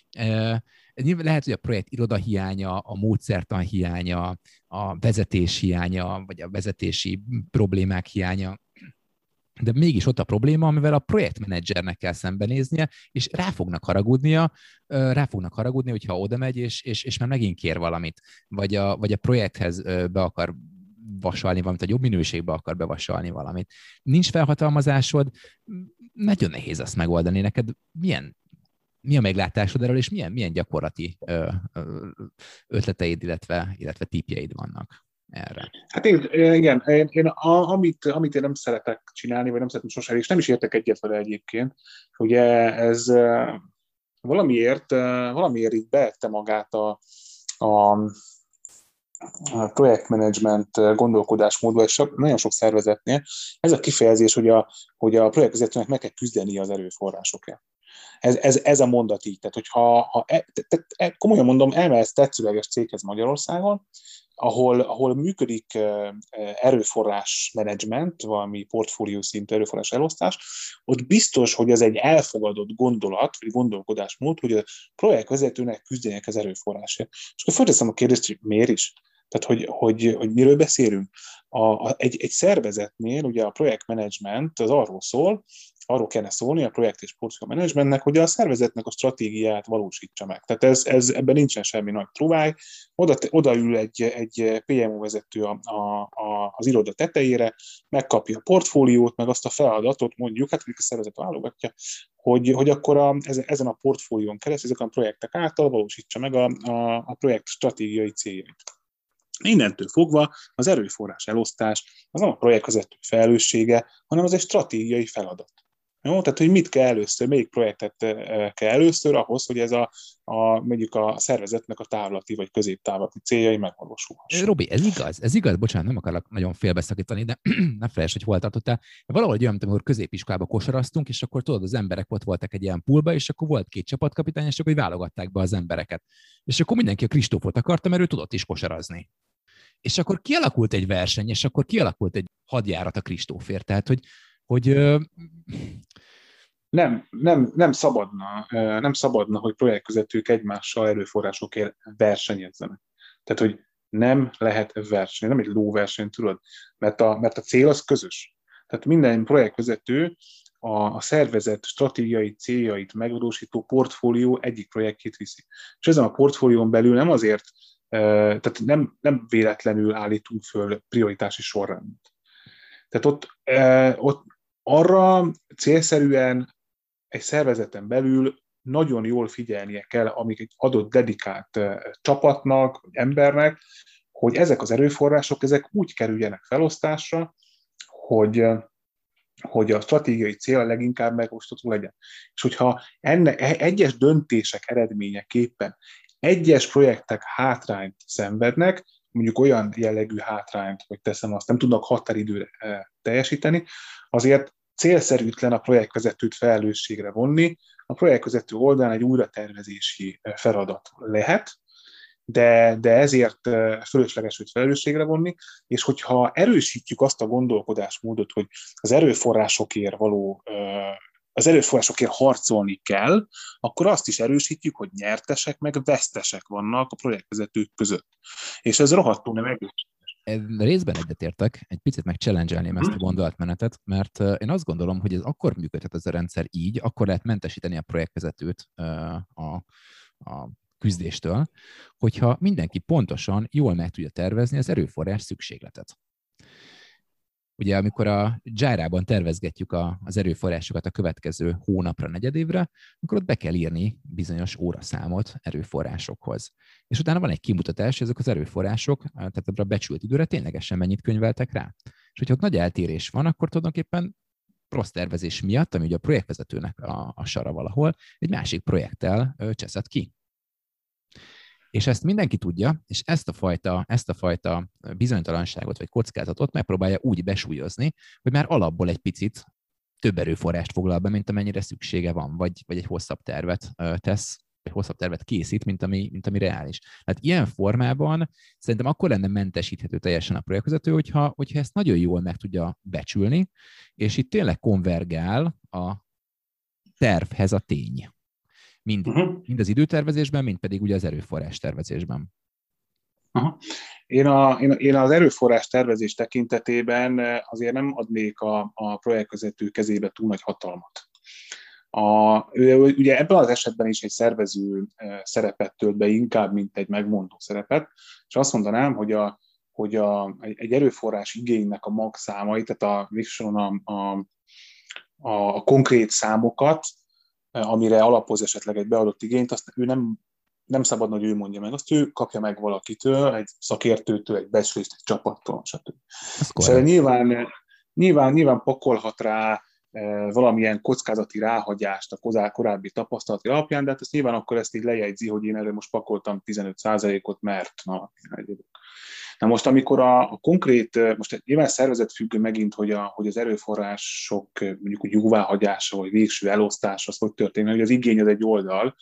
Lehet, hogy a projekt iroda hiánya, a módszertan hiánya, a vezetés hiánya, vagy a vezetési problémák hiánya, de mégis ott a probléma, amivel a projektmenedzsernek kell szembenéznie, és rá fognak haragudnia, rá fognak haragudni, hogyha oda megy, és, és, és már megint kér valamit, vagy a, vagy a projekthez be akar vasalni valamit, a jobb minőségbe akar bevasalni valamit. Nincs felhatalmazásod, nagyon nehéz azt megoldani. Neked milyen Mi a meglátásod erről, és milyen, milyen gyakorlati ö, ö, ötleteid, illetve, illetve tippjeid vannak erre? Hát én, igen, én, én a, amit, amit én nem szeretek csinálni, vagy nem szeretem sosem, és nem is értek egyet vele egyébként, ugye ez valamiért, valamiért itt beette magát a, a, a projektmenedzsment gondolkodásmódba, és nagyon sok szervezetnél ez a kifejezés, hogy a, hogy a projektvezetőnek meg kell küzdeni az erőforrásokért. Ez, ez, ez a mondat így, tehát hogyha ha e, te, te, komolyan mondom, elmehetsz tetszőleges céghez Magyarországon, ahol, ahol működik erőforrás menedzsment, valami portfólió szintű erőforrás elosztás, ott biztos, hogy ez egy elfogadott gondolat, vagy gondolkodásmód, hogy a projektvezetőnek küzdjenek az erőforrásért. És akkor felteszem a kérdést, hogy miért is? Tehát, hogy, hogy, hogy miről beszélünk? A, a, egy, egy szervezetnél ugye a projektmenedzsment az arról szól, arról kellene szólni a projekt és portfólió menedzsmentnek, hogy a szervezetnek a stratégiáját valósítsa meg. Tehát ez, ez, ebben nincsen semmi nagy truváj. Oda, odaül egy, egy pé em o vezető a, a, a, az iroda tetejére, megkapja a portfóliót, meg azt a feladatot mondjuk, hát a szervezet válogatja, hogy, hogy akkor a, ezen a portfólión keresztül, ezeken a projektek által valósítsa meg a, a, a projekt stratégiai céljait. Innentől fogva az erőforrás elosztás az nem a projektvezető felelőssége, hanem az egy stratégiai feladat. Jó? Tehát, hogy mit kell először, melyik projektet kell először ahhoz, hogy ez a, a, mondjuk a szervezetnek a távlati vagy középtávlati céljai megvalósulhassanak. Robi, ez igaz, ez igaz, bocsánat, nem akarok nagyon félbeszakítani, de ne felejtsd, hogy hol tartottál. Valahogy olyan, amikor középiskolába kosaraztunk, és akkor tudod, az emberek ott voltak egy ilyen poolba, és akkor volt két csapatkapitány, és akkor válogatták be az embereket. És akkor mindenki a Kristófot akarta, mert ő tudott is kosarazni. És akkor kialakult egy verseny, és akkor kialakult egy hadjárat a Kristófért. Tehát, hogy hogy... Nem, nem, nem szabadna, nem szabadna, hogy projektvezetők egymással erőforrásokért versenyezzenek. Tehát, hogy nem lehet verseny, nem egy lóverseny, tudod, mert a, mert a cél az közös. Tehát minden projektvezető a, a szervezet stratégiai céljait megvalósító portfólió egyik projektjét viszi. És ezen a portfólión belül nem azért, tehát nem, nem véletlenül állítunk föl prioritási sorrendet. Tehát ott, ott arra célszerűen egy szervezeten belül nagyon jól figyelnie kell, amik egy adott dedikált csapatnak, vagy embernek, hogy ezek az erőforrások, ezek úgy kerüljenek felosztásra, hogy, hogy a stratégiai cél leginkább megosztható legyen. És hogyha enne, egyes döntések eredményeképpen egyes projektek hátrányt szenvednek, mondjuk olyan jellegű hátrányt, hogy teszem azt, nem tudnak határidőre teljesíteni, azért célszerűtlen a projektvezetőt felelősségre vonni. A projektvezető oldalán egy újratervezési feladat lehet, de, de ezért fölösleges őt felelősségre vonni, és hogyha erősítjük azt a gondolkodásmódot, hogy az erőforrásokért való, az erőforrásokért harcolni kell, akkor azt is erősítjük, hogy nyertesek meg vesztesek vannak a projektvezetők között. És ez rohadtul nem egészséges. Részben egyetértek, egy picit meg challenge-elném ezt a gondolatmenetet, mert én azt gondolom, hogy ez akkor működhet ez a rendszer így, akkor lehet mentesíteni a projektvezetőt a, a küzdéstől, hogyha mindenki pontosan jól meg tudja tervezni az erőforrás szükségletet. Ugye, amikor a Jira-ban tervezgetjük a, az erőforrásokat a következő hónapra, negyedévre, akkor ott be kell írni bizonyos óraszámot erőforrásokhoz. És utána van egy kimutatás, hogy ezek az erőforrások, tehát ebbre a becsült időre ténylegesen mennyit könyveltek rá. És hogyha ott nagy eltérés van, akkor tulajdonképpen rossz tervezés miatt, ami ugye a projektvezetőnek a, a sara valahol, egy másik projekttel cseszed ki. És ezt mindenki tudja, és ezt a fajta, ezt a fajta bizonytalanságot vagy kockázatot megpróbálja úgy besúlyozni, hogy már alapból egy picit több erőforrást foglal be, mint amennyire szüksége van, vagy, vagy egy hosszabb tervet tesz, vagy hosszabb tervet készít, mint ami, mint ami reális. Hát ilyen formában szerintem akkor lenne mentesíthető teljesen a projektvezető, hogyha, hogyha ezt nagyon jól meg tudja becsülni, és itt tényleg konvergál a tervhez a tény. Mind, uh-huh. mind az időtervezésben, mind pedig ugye az erőforrás tervezésben. Uh-huh. Én, a, én, én az erőforrás tervezés tekintetében azért nem adnék a, a projektvezető kezébe túl nagy hatalmat. A, ugye ebben az esetben is egy szervező szerepet tölt be inkább, mint egy megmondó szerepet, és azt mondanám, hogy, a, hogy a, egy erőforrás igénynek a magszámai, tehát a, a, a, a, a konkrét számokat, amire alapoz esetleg egy beadott igényt, azt ő nem, nem szabadna, hogy ő mondja meg, azt ő kapja meg valakitől, egy szakértőtől, egy becslést, egy csapattól, stb. És nyilván, nyilván, nyilván pakolhat rá valamilyen kockázati ráhagyást a korábbi tapasztalati alapján, de hát ezt nyilván akkor ezt így lejegyzi, hogy én erre most pakoltam tizenöt százalékot, mert na, Na most, amikor a, a konkrét, most nyilván szervezetfüggő megint, hogy, a, hogy az erőforrások mondjuk úgy jóváhagyása, vagy végső elosztása, az hogy történik, hogy az igény az egy oldal,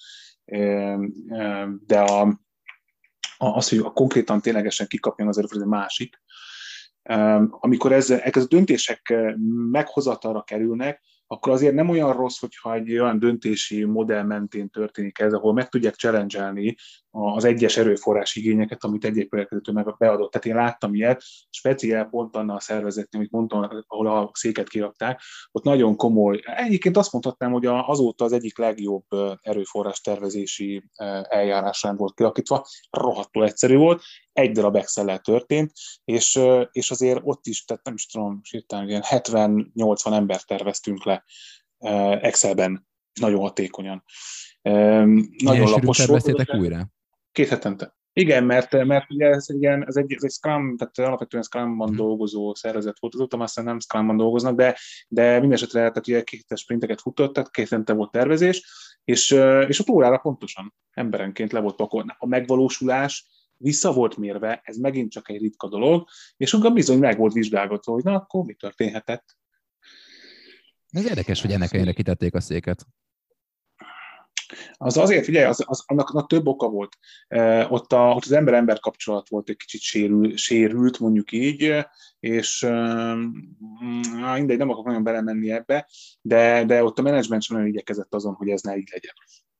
de a, az, hogy a konkrétan ténylegesen kikapjon az erőforrás, egy másik. Amikor ezzel, ezek a döntések meghozatalra kerülnek, akkor azért nem olyan rossz, hogyha egy olyan döntési modell mentén történik ez, ahol meg tudják challenge-elni az egyes erőforrás igényeket, amit egy-egy projektvezető meg beadott. Tehát én láttam ilyet, speciál pont annál a szervezetnél, amit mondtam, ahol a széket kirakták, ott nagyon komoly. Egyébként azt mondhatnám, hogy azóta az egyik legjobb erőforrás tervezési eljárásán volt kialakítva, rohadtul egyszerű volt, egy darab Excel-lel történt, és, és azért ott is, tehát nem is tudom, hirtelen ilyen hetven-nyolcvan embert terveztünk le Excelben, nagyon hatékonyan. Nagyon lapos terveztétek újra? Két hetente. Igen, mert, mert ugye ez, igen, ez, egy, ez egy Scrum, tehát alapvetően Scrumban hmm. dolgozó szervezet volt, azóta már aztán nem Scrumban dolgoznak, de, de mindesetre, tehát ugye két sprinteket futott, tehát két hetente volt tervezés, és, és ott órára pontosan emberenként le volt pakolva. A megvalósulás vissza volt mérve, ez megint csak egy ritka dolog, és akkor bizony meg volt vizsgálgatva, hogy na, akkor mi történhetett. Ez érdekes, hogy ennek ennyire kitették a széket. Az azért, figyelj, az, az, annak, annak több oka volt. E, ott, a, ott az ember-ember kapcsolat volt egy kicsit sérül, sérült, mondjuk így, és e, mindegy, nem akarok nagyon belemenni ebbe, de, de ott a menedzsment sem nagyon igyekezett azon, hogy ez ne így legyen.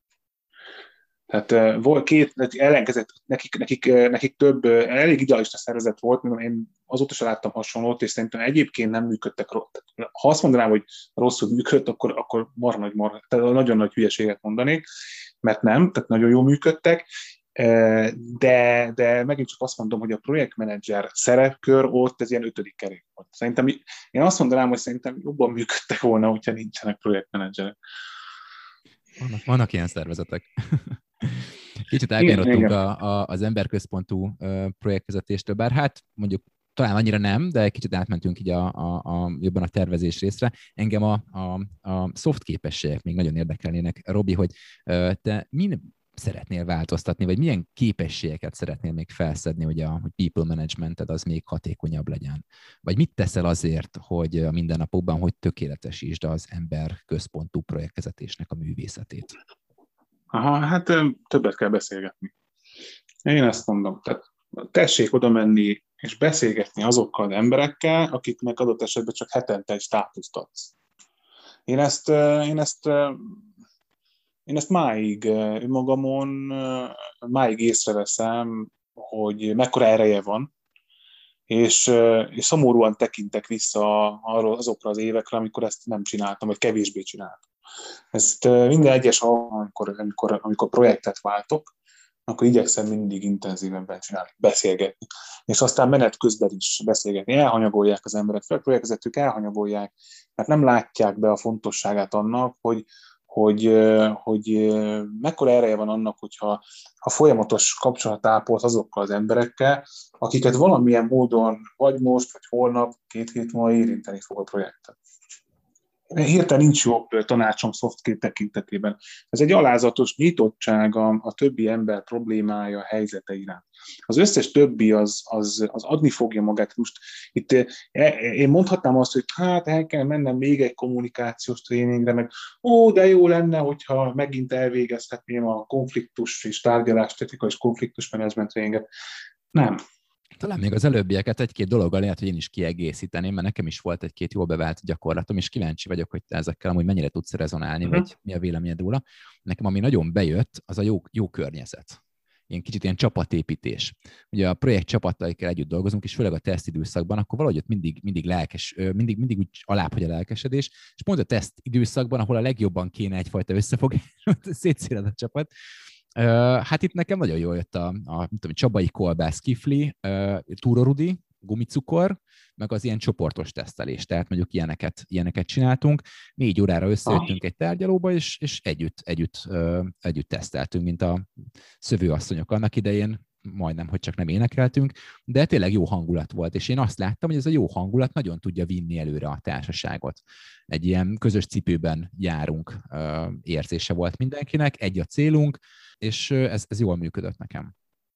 Tehát volt két, ellenkezett, nekik, nekik, nekik több, elég idealista szervezet volt, mondom, én azóta sem láttam hasonlót, és szerintem egyébként nem működtek. Ha azt mondanám, hogy rosszul működött, akkor, akkor marha nagy, marha, tehát nagyon nagy hülyeséget mondanék, mert nem, tehát nagyon jól működtek, de, de megint csak azt mondom, hogy a projektmenedzser szerepkör ott ez ilyen ötödik kerék volt. Szerintem, én azt mondanám, hogy szerintem jobban működtek volna, hogyha nincsenek projektmenedzserek. Vannak, vannak ilyen szervezetek. Kicsit elkanyarodtunk a, a, az emberközpontú projektvezetéstől, bár hát mondjuk talán annyira nem, de egy kicsit átmentünk így a, a, a, jobban a tervezés részre. Engem a, a, a soft képességek még nagyon érdekelnének. Robi, hogy te min szeretnél változtatni, vagy milyen képességeket szeretnél még felszedni, hogy a hogy people managemented az még hatékonyabb legyen? Vagy mit teszel azért, hogy a mindennapokban hogy tökéletesítsd az emberközpontú projektvezetésnek a művészetét? Aha, hát többet kell beszélgetni. Én ezt mondom. Tehát tessék oda menni és beszélgetni azokkal az emberekkel, akiknek adott esetben csak hetente egy státuszt adsz. Én ezt, én ezt, én ezt máig önmagamon, máig észreveszem, hogy mekkora ereje van, és, és szomorúan tekintek vissza arról, azokra az évekre, amikor ezt nem csináltam, vagy kevésbé csináltam. Ezt minden egyes alkalommal, amikor, amikor, amikor projektet váltok, akkor igyekszem mindig intenzívebben csinálni, beszélgetni. És aztán menet közben is beszélgetni. Elhanyagolják az emberek, fel projektvezetők elhanyagolják, mert nem látják be a fontosságát annak, hogy, hogy, hogy mekkora ereje van annak, hogyha ha folyamatos kapcsolat ápolt azokkal az emberekkel, akiket valamilyen módon vagy most, vagy holnap, két hét múlva érinteni fog a projektet. Hirtelen nincs jobb tanácsom softskills tekintetében. Ez egy alázatos nyitottság a, a többi ember problémája, a helyzete iránt. Az összes többi az, az, az adni fogja magát. Most itt én mondhatnám azt, hogy hát el kell mennem még egy kommunikációs tréningre, meg ó, de jó lenne, hogyha megint elvégezhetném a konfliktus és tárgyalás, technikai és konfliktus menedzsment tréninget. Nem. Talán még az előbbieket egy-két dologgal lehet, hogy én is kiegészíteném, mert nekem is volt egy-két jól bevált gyakorlatom, és kíváncsi vagyok, hogy te ezekkel amúgy mennyire tudsz rezonálni, uh-huh. vagy mi a véleményed róla. Nekem ami nagyon bejött, az a jó, jó környezet. Ilyen kicsit ilyen csapatépítés. Ugye a projekt csapataikkel együtt dolgozunk, és főleg a tesztidőszakban, akkor valahogy ott mindig, mindig lelkes, mindig, mindig úgy alább, hogy a lelkesedés, és pont a tesztidőszakban, ahol a legjobban kéne egyfajta összefogás, szétszéled a csapat. Uh, hát itt nekem nagyon jól jött a, a tudom, Csabai Kolbász Kifli, uh, Túró Rudi, gumicukor, meg az ilyen csoportos tesztelés. Tehát mondjuk ilyeneket, ilyeneket csináltunk. Négy órára összejöttünk egy tárgyalóba, és, és együtt, együtt, uh, együtt teszteltünk, mint a szövőasszonyok annak idején, majdnem, hogy csak nem énekeltünk, de tényleg jó hangulat volt, és én azt láttam, hogy ez a jó hangulat nagyon tudja vinni előre a társaságot. Egy ilyen közös cipőben járunk uh, érzése volt mindenkinek, egy a célunk, és ez, ez jól működött nekem.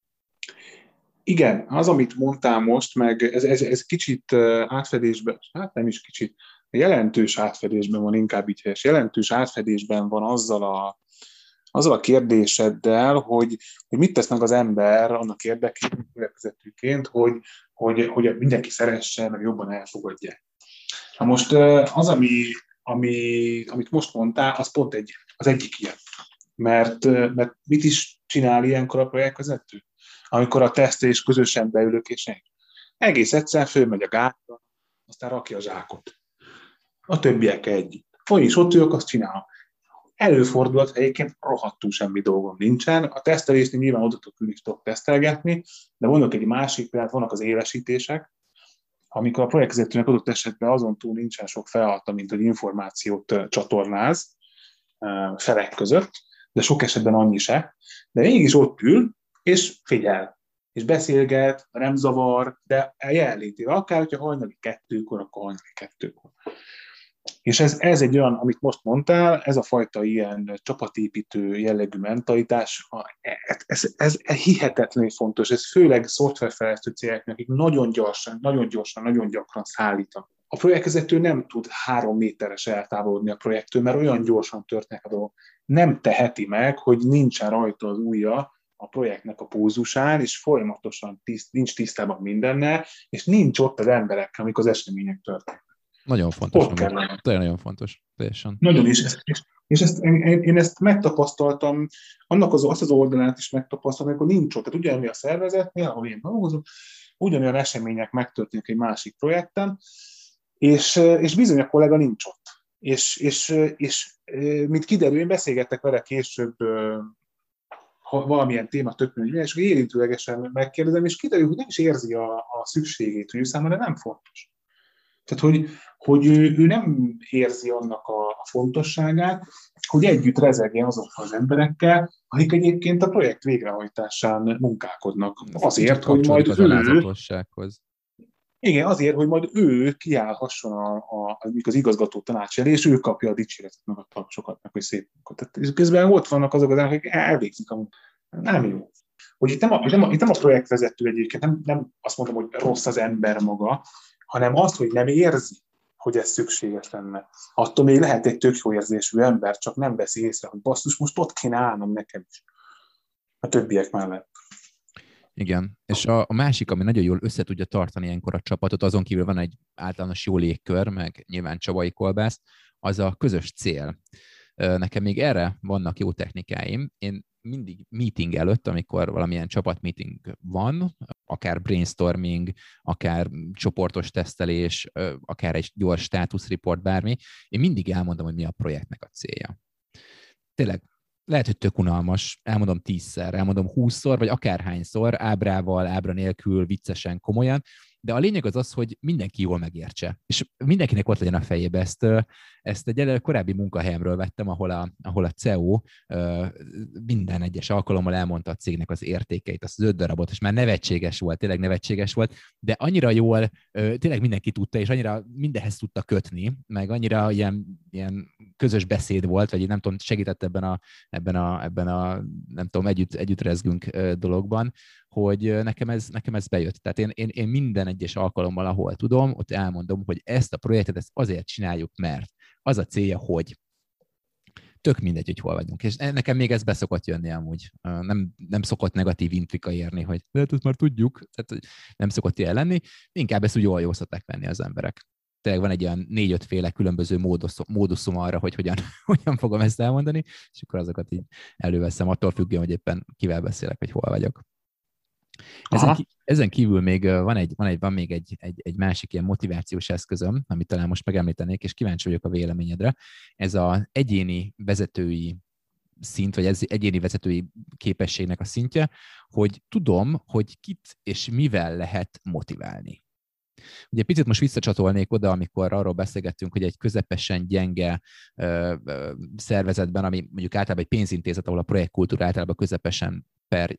Igen, az, amit mondtál most, meg ez, ez, ez kicsit átfedésben, hát nem is kicsit, jelentős átfedésben van, inkább így helyes, jelentős átfedésben van azzal a, azzal a kérdéseddel, hogy, hogy mit tesz meg az ember annak érdekében, vezetőként, hogy, hogy, hogy mindenki szeresse, meg jobban elfogadja. Na most az, ami, ami, amit most mondtál, az pont egy, az egyik ilyen. Mert, mert mit is csinál ilyenkor a projektvezető? Amikor a tesztelés közösen beülök, és én egész egyszerűen fölmegy a gátra, aztán rakja a zsákot. A többiekkel együtt. Hogy is ott ülök, azt csinálom. Előfordulhat, egyébként rohadtul semmi dolgom nincsen. A tesztelésnél nyilván oda tudok ülni, tudok tesztelgetni, de mondok egy másik példát, vannak az élesítések, amikor a projektvezetőnek adott esetben azon túl nincsen sok feladata, mint hogy információt csatornáz felek között, de sok esetben annyi se, de mégis ott ül, és figyel, és beszélget, nem zavar, de jelenlétével, akár, hogyha hajnali kettőkor, akkor hajnali kettőkor. És ez, ez egy olyan, amit most mondtál, ez a fajta ilyen csapatépítő jellegű mentalitás, ez, ez, ez, ez hihetetlenül fontos, ez főleg szoftverfejlesztő cégeknek, akik nagyon gyorsan, nagyon gyorsan, nagyon gyakran szállítanak. a projektvezető nem tud három méteres eltávolodni a projektől, mert olyan gyorsan történnek a dolgok. Nem teheti meg, hogy nincsen rajta az ujja a projektnek a pulzusán, és folyamatosan tiszt, nincs tisztában mindennel, és nincs ott az emberekkel, amik az események történnek. Nagyon fontos. Nagyon, nagyon fontos. Teljesen. Nagyon is. És, és ezt, én, én ezt megtapasztaltam, annak az, azt az oldalát is megtapasztaltam, amikor nincs ott. Tehát ugyanolyan a szervezetnél, ahol én dolgozok, ugyanolyan események megtörténnek egy másik projekten, és, és bizony a kollega nincs ott. És, és, és mint kiderül, én beszélgettek vele később ha valamilyen téma tök mindegy, és érintőlegesen megkérdezem, és kiderül, hogy nem is érzi a, a szükségét, hogy ő számára nem fontos. Tehát, hogy, hogy ő, ő nem érzi annak a, a fontosságát, hogy együtt rezegjen azokkal az emberekkel, akik egyébként a projekt végrehajtásán munkálkodnak. Azért, hogy majd az ő... Igen, azért, hogy majd ő kiállhasson a, a, az igazgató tanács elé, és ő kapja a dicséretet, meg a tapsokat, meg hogy szép munkát. Tehát közben ott vannak azok az emberek, akik elvégzik a munkát. Nem jó. Hogy itt nem a, itt nem a, itt nem a projektvezető egyébként, nem, nem azt mondom, hogy rossz az ember maga, hanem azt, hogy nem érzi, hogy ez szükséges lenne. Attól még lehet egy tök jó érzésű ember, csak nem veszi észre, hogy basszus, most ott kéne állnom nekem is. A többiek mellett. Igen, és a, a másik, ami nagyon jól össze tudja tartani ilyenkor a csapatot, azon kívül van egy általános jó légkör, meg nyilván Csabai kolbász, az a közös cél. Nekem még erre vannak jó technikáim. Én mindig meeting előtt, amikor valamilyen csapatmeeting van, akár brainstorming, akár csoportos tesztelés, akár egy gyors status report, bármi, én mindig elmondom, hogy mi a projektnek a célja. Tényleg, lehet, hogy tök unalmas, elmondom tízszer, elmondom húszszor, vagy akárhányszor, ábrával, ábra nélkül, viccesen, komolyan, de a lényeg az az, hogy mindenki jól megértse. És mindenkinek ott legyen a fejébe. Ezt, ezt egy korábbi munkahelyemről vettem, ahol a, ahol a cé e o minden egyes alkalommal elmondta a cégnek az értékeit, azt az öt darabot, és már nevetséges volt, tényleg nevetséges volt, de annyira jól, tényleg mindenki tudta, és annyira mindenhez tudta kötni, meg annyira ilyen, ilyen közös beszéd volt, vagy nem tudom, segített ebben a, ebben a, ebben a nem tudom, együtt, együtt rezgünk dologban, hogy nekem ez, nekem ez bejött. Tehát én, én, én minden egyes alkalommal, ahol tudom, ott elmondom, hogy ezt a projektet ezt azért csináljuk, mert az a célja, hogy tök mindegy, hogy hol vagyunk. És nekem még ez beszokott jönni amúgy. Nem, nem szokott negatív intrika érni, hogy lehet, ezt már tudjuk. Tehát nem szokott ilyen lenni. Inkább ezt úgy jól jól szokták venni az emberek. Tényleg van egy olyan négy-ötféle különböző móduszom, móduszom arra, hogy hogyan, hogyan fogom ezt elmondani, és akkor azokat így előveszem, attól függően, hogy éppen kivel beszélek, hogy hol vagyok. Ezen, ki, ezen kívül még van, egy, van, egy, van még egy, egy, egy másik ilyen motivációs eszközöm, amit talán most megemlítenék, és kíváncsi vagyok a véleményedre. Ez az egyéni vezetői szint, vagy ez egyéni vezetői képességnek a szintje, hogy tudom, hogy kit és mivel lehet motiválni. Ugye picit most visszacsatolnék oda, amikor arról beszélgettünk, hogy egy közepesen gyenge ö, ö, szervezetben, ami mondjuk általában egy pénzintézet, ahol a projektkultúra általában közepesen per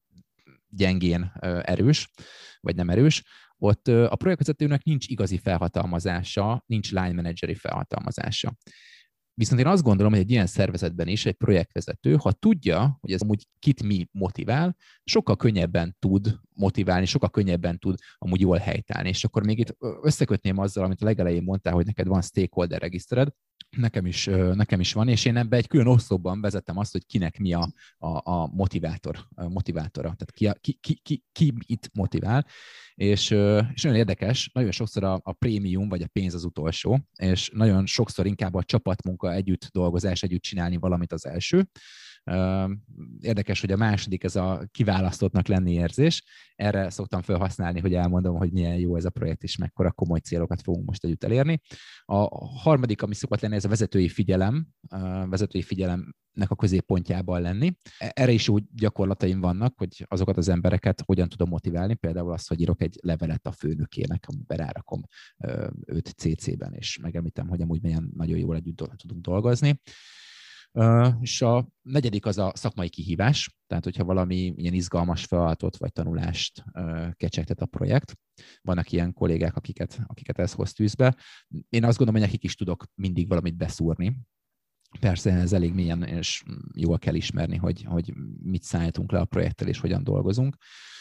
gyengén erős, vagy nem erős, ott a projektvezetőnek nincs igazi felhatalmazása, nincs line manageri felhatalmazása. Viszont én azt gondolom, hogy egy ilyen szervezetben is egy projektvezető, ha tudja, hogy ez amúgy kit mi motivál, sokkal könnyebben tud motiválni, sokkal könnyebben tud amúgy jól helytállni. És akkor még itt összekötném azzal, amit a legelején mondtál, hogy neked van stakeholder regisztered, nekem is, nekem is van, és én ebbe egy külön oszlopban vezettem azt, hogy kinek mi a, a, a motivátor, a motivátora, tehát ki, a, ki, ki, ki, ki itt motivál, és, és nagyon érdekes, nagyon sokszor a, a prémium vagy a pénz az utolsó, és nagyon sokszor inkább a csapatmunka, együtt dolgozás, együtt csinálni valamit az első. Érdekes, hogy a második ez a kiválasztottnak lenni érzés. Erre szoktam felhasználni, hogy elmondom, hogy milyen jó ez a projekt, és mekkora komoly célokat fogunk most együtt elérni. A harmadik, ami szokott lenni, ez a vezetői figyelem, a vezetői figyelemnek a középpontjában lenni. Erre is úgy gyakorlataim vannak, hogy azokat az embereket hogyan tudom motiválni, például az, hogy írok egy levelet a főnökének, amiben rárakom őt cé cé-ben, és megemlítem, hogy amúgy milyen nagyon jól együtt tudunk dolgozni. Uh, és a negyedik az a szakmai kihívás, tehát hogyha valami ilyen izgalmas feladatot vagy tanulást uh, kecsegtet a projekt. Vannak ilyen kollégák, akiket, akiket ez hoz tűzbe. Én azt gondolom, hogy nekik is tudok mindig valamit beszúrni. Persze ez elég mélyen, és jól kell ismerni, hogy, hogy mit szállítunk le a projekttel, és hogyan dolgozunk.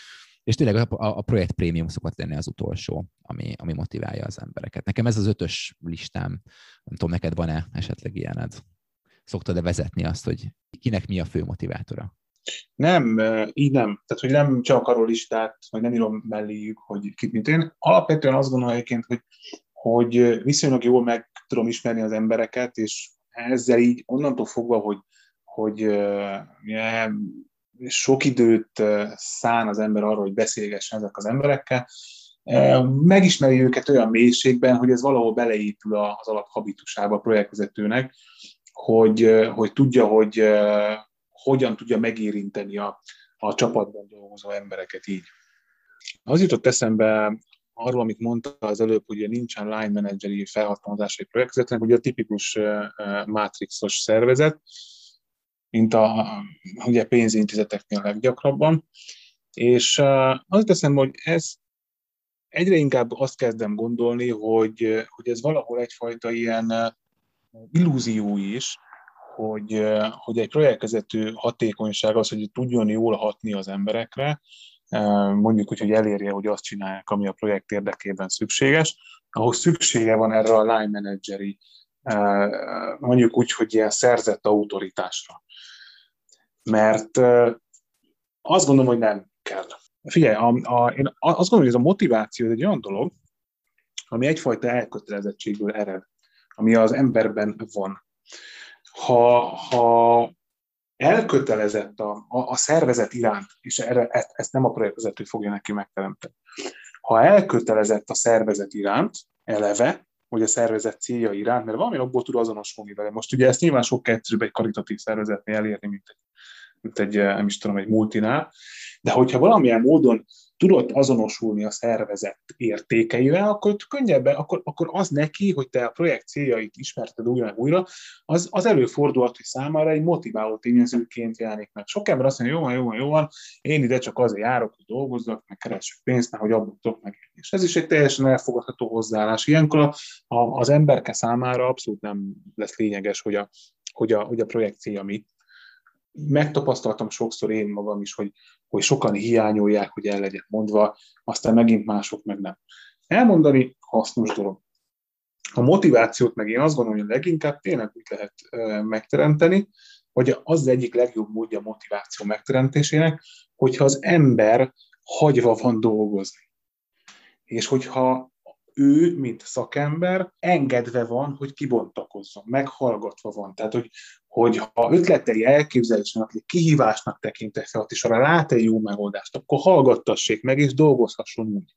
és tényleg a, a projekt prémium szokott lenni az utolsó, ami, ami motiválja az embereket. Nekem ez az ötös listám, nem tudom, neked van-e esetleg ilyened? Szoktad-e vezetni azt, hogy kinek mi a fő motivátora? Nem, így nem. Tehát, hogy nem csak arról listát, vagy nem írom melléjük, hogy kit mit én. Alapvetően azt gondolom egyébként, hogy, hogy viszonylag jól meg tudom ismerni az embereket, és ezzel így onnantól fogva, hogy, hogy yeah, sok időt szán az ember arra, hogy beszélgessen ezek az emberekkel, megismeri őket olyan mélységben, hogy ez valahol beleépül az alaphabitusába a projektvezetőnek, hogy, hogy tudja, hogy hogyan tudja megérinteni a, a csapatban dolgozó embereket így. Az jutott eszembe arról, amit mondta az előbb, hogy nincsen line manageri felhatalmazása egy projektvezetőnek, ugye a tipikus uh, mátrixos szervezet, mint a ugye pénzintézeteknél leggyakrabban. És uh, az jutott eszembe, hogy ez egyre inkább azt kezdem gondolni, hogy, hogy ez valahol egyfajta ilyen uh, illúzió is, hogy, hogy egy projektvezető hatékonyság az, hogy tudjon jól hatni az emberekre, mondjuk úgy, hogy elérje, hogy azt csinálják, ami a projekt érdekében szükséges, ahhoz szüksége van erre a line manageri, mondjuk úgy, hogy ilyen szerzett autoritásra. Mert azt gondolom, hogy nem kell. Figyelj, a, a, én azt gondolom, hogy ez a motiváció egy olyan dolog, ami egyfajta elkötelezettségből ered, ami az emberben van. Ha, ha elkötelezett a, a, a szervezet iránt, és erre, ezt, ezt nem a projektvezető fogja neki megteremteni, ha elkötelezett a szervezet iránt, eleve, vagy a szervezet célja iránt, mert valami abból tud azonosulni vele. Most ugye ezt nyilván sokkal egyszerűbb egy karitatív szervezetnél elérni, mint egy, mint egy, nem is tudom, egy multinál, de hogyha valamilyen módon tudod azonosulni a szervezet értékeivel, akkor könnyebben, akkor, akkor az neki, hogy te a projekt céljait ismerted újra meg újra, az, az előfordulhat, hogy számára egy motiváló tényezőként jelenik meg. Sok ember azt mondja, jó van, jó van, jó van, én ide csak azért járok, hogy dolgozzak, meg keressek pénzt, hogy abból tudok megélni. És ez is egy teljesen elfogadható hozzáállás. Ilyenkor a, a, az emberke számára abszolút nem lesz lényeges, hogy a, hogy a, hogy a projekt célja mi. Megtapasztaltam sokszor én magam is, hogy, hogy sokan hiányolják, hogy el legyen mondva, aztán megint mások meg nem. Elmondani hasznos dolog. A motivációt meg én azt gondolom, hogy leginkább tényleg úgy lehet e, megteremteni, hogy az egyik legjobb módja a motiváció megteremtésének, hogyha az ember hagyva van dolgozni. És hogyha ő, mint szakember, engedve van, hogy kibontakozzon, meghallgatva van. Tehát, hogy, hogy ha ötletei, elképzelés van, hogy kihívásnak tekintette, és arra lát egy jó megoldást, akkor hallgattassék meg, és dolgozhasson úgy.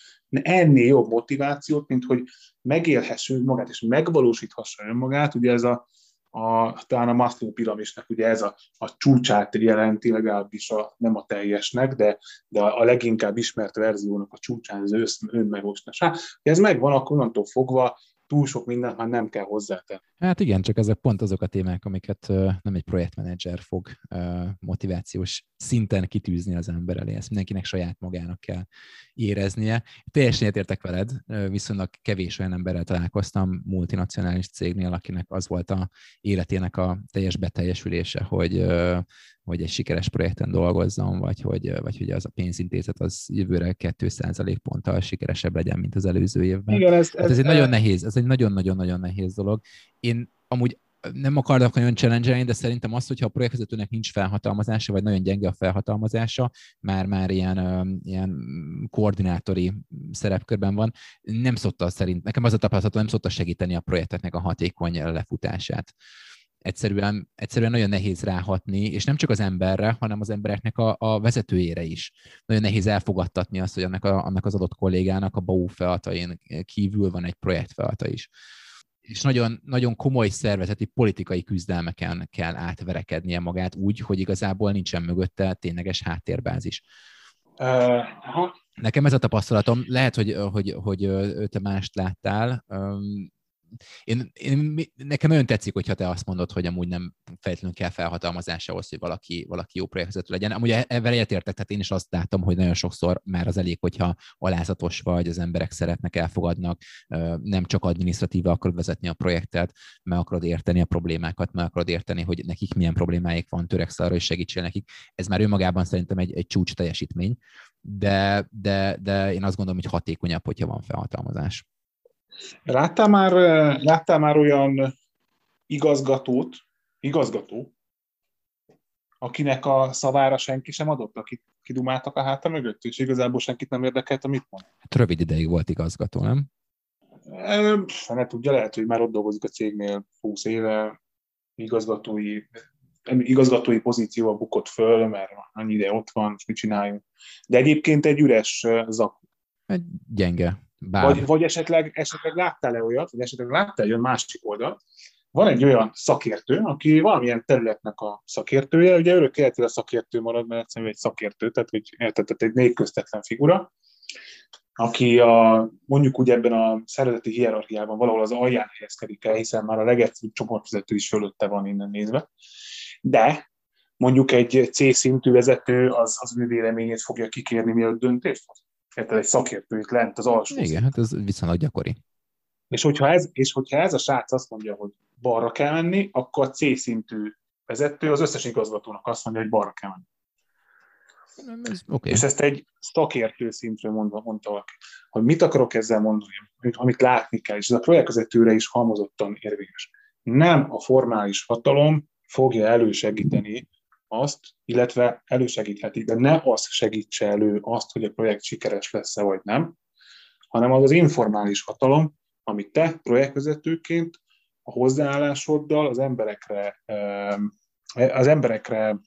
Ennél jobb motivációt, mint hogy megélhesse önmagát, és megvalósíthassa önmagát, ugye ez a, a talán a Maslow piramisnak ugye ez a, a csúcsát jelenti, legalábbis a, nem a teljesnek, de, de a leginkább ismert verziónak a csúcsán az önmegosztásá. Ha ez megvan, akkor onnantól fogva túl sok mindent már nem kell hozzátenni. Hát igen, csak ezek pont azok a témák, amiket uh, nem egy projektmenedzser fog uh, motivációs szinten kitűzni az ember elé. Ezt mindenkinek saját magának kell éreznie. Teljesen értek veled, uh, viszonylag kevés olyan emberrel találkoztam multinacionális cégnél, akinek az volt a életének a teljes beteljesülése, hogy uh, hogy egy sikeres projekten dolgozzon, vagy hogy, vagy hogy az a pénzintézet az jövőre két százalékponttal sikeresebb legyen, mint az előző évben. Igen, ez, ez, hát ez egy nagyon nehéz, ez egy nagyon-nagyon-nagyon nehéz dolog. Én amúgy nem akarok nagyon challenge-elni, de szerintem az, hogyha a projektvezetőnek nincs felhatalmazása, vagy nagyon gyenge a felhatalmazása, már-már ilyen, ilyen koordinátori szerepkörben van, nem szokta szerint, nekem az a tapasztalatom, nem szokta segíteni a projekteknek a hatékony lefutását. Egyszerűen, egyszerűen nagyon nehéz ráhatni, és nem csak az emberre, hanem az embereknek a, a vezetőjére is. Nagyon nehéz elfogadtatni azt, hogy annak, a, annak az adott kollégának a bé á u feladatain kívül van egy projektfeladata is. És nagyon, nagyon komoly szervezeti politikai küzdelmeken kell átverekednie magát úgy, hogy igazából nincsen mögötte tényleges háttérbázis. Uh, Nekem ez a tapasztalatom, lehet, hogy, hogy, hogy te mást láttál. én, én, nekem nagyon tetszik, hogyha te azt mondod, hogy amúgy nem feltétlenül kell felhatalmazás ahhoz, hogy valaki, valaki jó projektvezető legyen. Amúgy ebben egyetértek, tehát én is azt látom, hogy nagyon sokszor már az elég, hogyha alázatos vagy, az emberek szeretnek, elfogadnak, nem csak adminisztratíve akarod vezetni a projektet, meg akarod érteni a problémákat, meg akarod érteni, hogy nekik milyen problémáik van, töreksz arra, hogy segítsél nekik. Ez már önmagában szerintem egy, egy csúcs teljesítmény, de, de, de én azt gondolom, hogy hatékonyabb, hogyha van felhatalmazás. Láttál már, láttál már olyan igazgatót, igazgató, akinek a szavára senki sem adott, akik kidumáltak a háta mögött, és igazából senkit nem érdekelt, amit mond? Hát rövid ideig volt igazgató, nem? E, ne tudja, lehet, hogy már ott dolgozik a cégnél húsz éve, igazgatói, igazgatói pozícióval bukott föl, mert annyi ide ott van, és mit csináljunk. De egyébként egy üres zak. Egy gyenge. Vagy, vagy esetleg, esetleg láttál-e olyat, vagy esetleg láttál egy olyan másik oldalt, van egy olyan szakértő, aki valamilyen területnek a szakértője, ugye örök életére szakértő marad, mert egyszerűen egy szakértő, tehát hogy érted, egy nélköztetlen figura, aki a, mondjuk úgy ebben a szervezeti hierarchiában valahol az alján helyezkedik el, hiszen már a legegyszerűbb csoportvezető is fölötte van innen nézve, de mondjuk egy C-szintű vezető az, az ő véleményét fogja kikérni, mielőtt döntést hoz. Érted, egy szakértő itt lent az alsó. Igen, hát ez viszonylag gyakori. És hogyha, ez, és hogyha ez a srác azt mondja, hogy balra kell menni, akkor a C-szintű vezető az összes igazgatónak azt mondja, hogy balra kell menni. Ez, okay. És ezt egy szakértő szintről mondva, mondta valaki, hogy mit akarok ezzel mondani, amit látni kell, és ez a projektvezetőre is halmozottan érvényes. Nem a formális hatalom fogja elősegíteni azt, illetve elősegítheti, de ne az segítse elő azt, hogy a projekt sikeres lesz-e vagy nem, hanem az az informális hatalom, amit te projektvezetőként a hozzáállásoddal az emberekre, az emberekre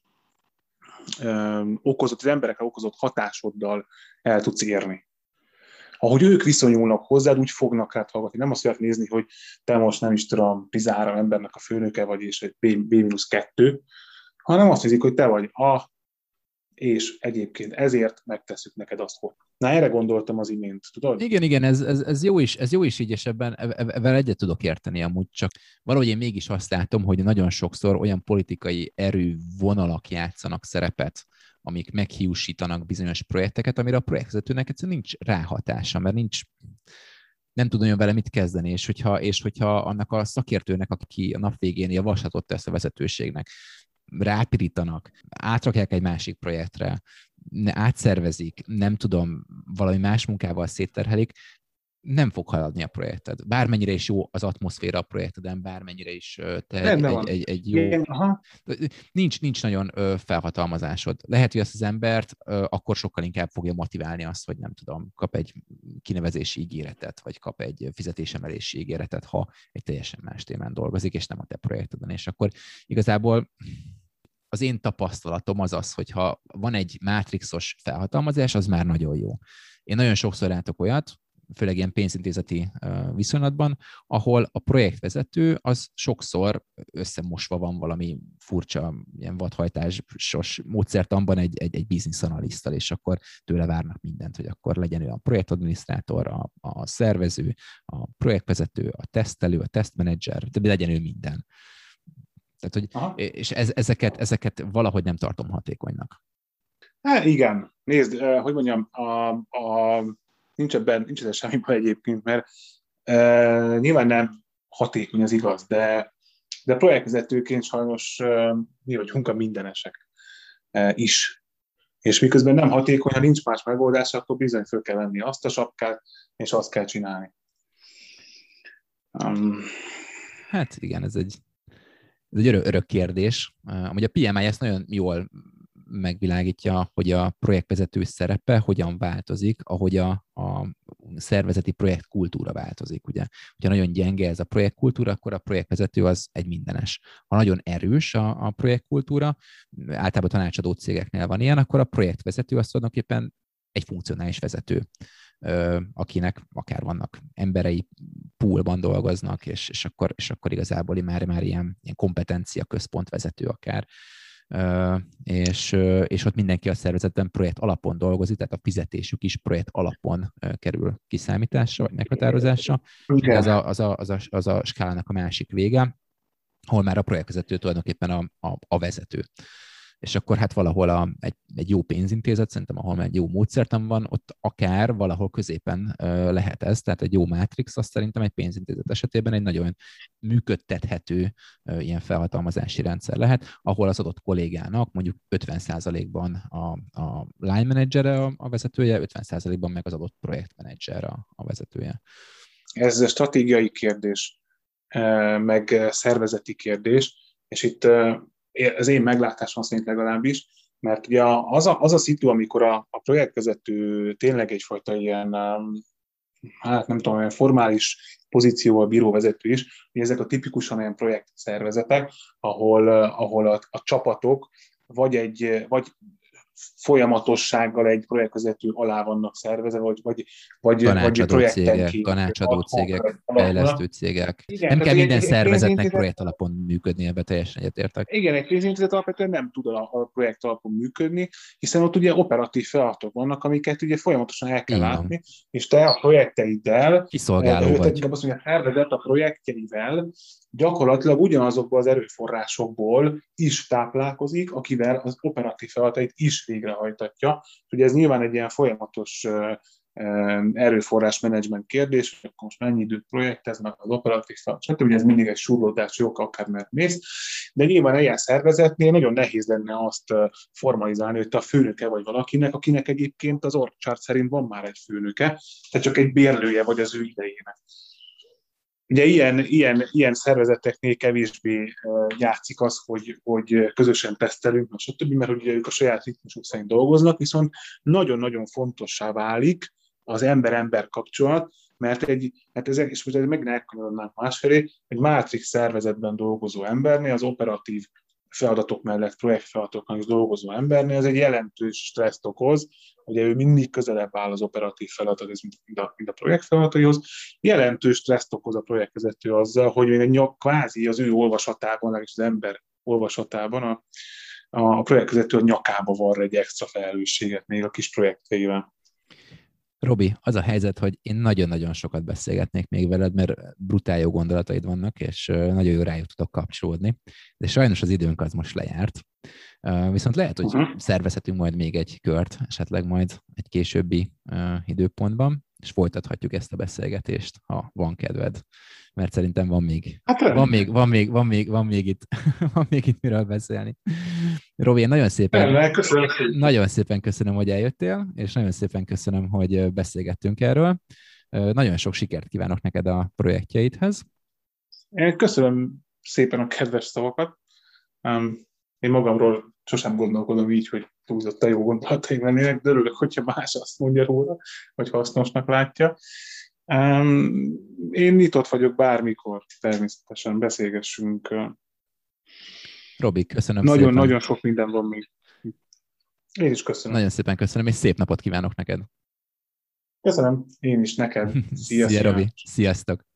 okozott, az emberekre okozott hatásoddal el tudsz érni. Ahogy ők viszonyulnak hozzád, úgy fognak rád hallgatni. Nem azt fogják nézni, hogy te most nem is tudom, tizenhárom embernek a főnöke vagy, és egy bé kettő, hanem azt nézik, hogy te vagy a, és egyébként ezért megtesszük neked azt, hogy. Na, erre gondoltam az imént, tudod? Igen, igen, ez, ez, ez, jó, is, ez jó is így, és ebben ebben egyet tudok érteni amúgy, csak valahogy én mégis azt látom, hogy nagyon sokszor olyan politikai erővonalak játszanak szerepet, amik meghiúsítanak bizonyos projekteket, amire a projektvezetőnek egyszerűen nincs ráhatása, mert nincs, nem tud olyan vele mit kezdeni, és hogyha, és hogyha annak a szakértőnek, aki a nap végén javaslatot tesz a vezetőségnek, rápirítanak, átrakják egy másik projektre, átszervezik, nem tudom, valami más munkával szétterhelik, nem fog haladni a projekted. Bármennyire is jó az atmoszféra a projekteden, bármennyire is te egy, egy, egy, egy jó... Igen, nincs, nincs nagyon felhatalmazásod. Lehet, hogy azt az embert akkor sokkal inkább fogja motiválni azt, hogy nem tudom, kap egy kinevezési ígéretet, vagy kap egy fizetésemelési ígéretet, ha egy teljesen más témán dolgozik, és nem a te projekteden. És akkor igazából az én tapasztalatom az az, hogy ha van egy mátrixos felhatalmazás, az már nagyon jó. Én nagyon sokszor látok olyat, főleg ilyen pénzintézeti viszonylatban, ahol a projektvezető az sokszor összemosva van valami furcsa, ilyen vadhajtásos módszertanban egy, egy, egy business analiszttal, és akkor tőle várnak mindent, hogy akkor legyen ő a projektadminisztrátor, a, a szervező, a projektvezető, a tesztelő, a tesztmenedzser, de legyen ő minden. Tehát, hogy, és ez, ezeket, ezeket valahogy nem tartom hatékonynak. Hát igen, nézd, hogy mondjam, a, a, nincs ebben, nincs ebben semmi baj egyébként, mert e, nyilván nem hatékony, az igaz, de, de projektvezetőként sajnos e, mi vagyunk a mindenesek e, is. És miközben nem hatékony, ha nincs más megoldás, akkor bizony föl kell venni azt a sapkát, és azt kell csinálni. Um, hát igen, ez egy Ez egy örök, örök kérdés. Amúgy a pé em i ezt nagyon jól megvilágítja, hogy a projektvezető szerepe hogyan változik, ahogy a, a szervezeti projektkultúra változik. Ugye? Ha nagyon gyenge ez a projektkultúra, akkor a projektvezető az egy mindenes. Ha nagyon erős a, a projektkultúra, általában tanácsadó cégeknél van ilyen, akkor a projektvezető az tulajdonképpen egy funkcionális vezető, akinek akár vannak emberei, poolban dolgoznak, és, és, akkor, és akkor igazából már, már ilyen, ilyen kompetencia központvezető akár. és, és ott mindenki a szervezetben projekt alapon dolgozik, tehát a fizetésük is projekt alapon kerül kiszámításra, vagy meghatározásra. De az a, az, a, az, a, az a skálának a másik vége, ahol már a projektvezető tulajdonképpen a, a, a vezető. És akkor hát valahol a, egy, egy jó pénzintézet, szerintem ahol már egy jó módszertan van, ott akár valahol középen uh, lehet ez, tehát egy jó mátrix, azt szerintem egy pénzintézet esetében egy nagyon működtethető uh, ilyen felhatalmazási rendszer lehet, ahol az adott kollégának mondjuk ötven százalékban a, a line menedzsere a, a vezetője, ötven százalékban meg az adott projektmenedzser a, a vezetője. Ez a stratégiai kérdés, meg szervezeti kérdés, és itt az én meglátásom szerint legalábbis, mert ugye az a, az a szitu, amikor a, a projektvezető tényleg egyfajta ilyen, hát nem tudom, olyan formális pozícióval bíró vezető is, hogy ezek a tipikusan olyan projektszervezetek, ahol, ahol a, a csapatok vagy egy, vagy folyamatossággal egy projektvezető alá vannak szervezve, vagy, vagy, vagy, vagy projektenként. Tanácsadó cégek, fejlesztő cégek. Igen, nem kell minden szervezetnek projekt alapon működni, ebbe teljesen egyetértek. Igen, egy pénzintézet alapvetően nem tud a, a projekt alapon működni, hiszen ott ugye operatív feladatok vannak, amiket ugye folyamatosan el kell Igen. látni, és te a projekteiddel, kiszolgáló vagy. Azt mondja, a szervezet a projektjeivel gyakorlatilag ugyanazokból az erőforrásokból is táplálkozik, akivel az operatív feladatait is végrehajtatja. Ugye ez nyilván egy ilyen folyamatos erőforrás menedzsment kérdés, hogy akkor most mennyi időt projektez, meg az operatív feladat, stb. Ugye ez mindig egy súrlódási ok, akár mert mész, de nyilván ilyen szervezetnél nagyon nehéz lenne azt formalizálni, hogy te a főnöke vagy valakinek, akinek egyébként az org chart szerint van már egy főnöke, te csak egy bérlője vagy az ő idejének. Ugye ilyen, ilyen, ilyen szervezeteknél kevésbé játszik az, hogy, hogy közösen tesztelünk, stb., mert ugye ők a saját ritmusuk szerint dolgoznak, viszont nagyon-nagyon fontossá válik az ember-ember kapcsolat, mert, egy, mert ezek, és most ez megint elkanyarodnánk másfelé, egy mátrix szervezetben dolgozó embernél, az operatív feladatok mellett projektfeladatoknak is dolgozó embernél, ez egy jelentős stresszt okoz, ugye ő mindig közelebb áll az operatív feladathoz, mint a, mint a projektfeladathoz. Jelentős stresszt okoz a projektvezető azzal, hogy még egy kvázi az ő olvasatában, és az ember olvasatában a, a projektvezető a nyakába varr egy extra felelősséget még a kis projektjeivel. Robi, az a helyzet, hogy én nagyon-nagyon sokat beszélgetnék még veled, mert brutál jó gondolataid vannak, és nagyon jó rájuk tudok kapcsolódni, de sajnos az időnk az most lejárt. Viszont lehet, hogy uh-huh. szervezhetünk majd még egy kört, esetleg majd egy későbbi időpontban, és folytathatjuk ezt a beszélgetést, ha van kedved, mert szerintem van még, hát, van még, van még, van még, van még itt, van még itt miről beszélni. Robi, én nagyon szépen, nagyon szépen köszönöm, hogy eljöttél, és nagyon szépen köszönöm, hogy beszélgettünk erről. Nagyon sok sikert kívánok neked a projektjeidhez. Én köszönöm szépen a kedves szavakat. Én magamról sosem gondolkodom így, hogy túlzottan jó gondolataim lennének, de örülök, hogyha más azt mondja róla, vagy hasznosnak látja. Én nyitott vagyok bármikor, természetesen beszélgessünk. Robi, köszönöm nagyon, szépen. Nagyon sok minden van még. Én is köszönöm. Nagyon szépen köszönöm, és szép napot kívánok neked. Köszönöm, én is neked. Szia, Szia Robi. Sziasztok.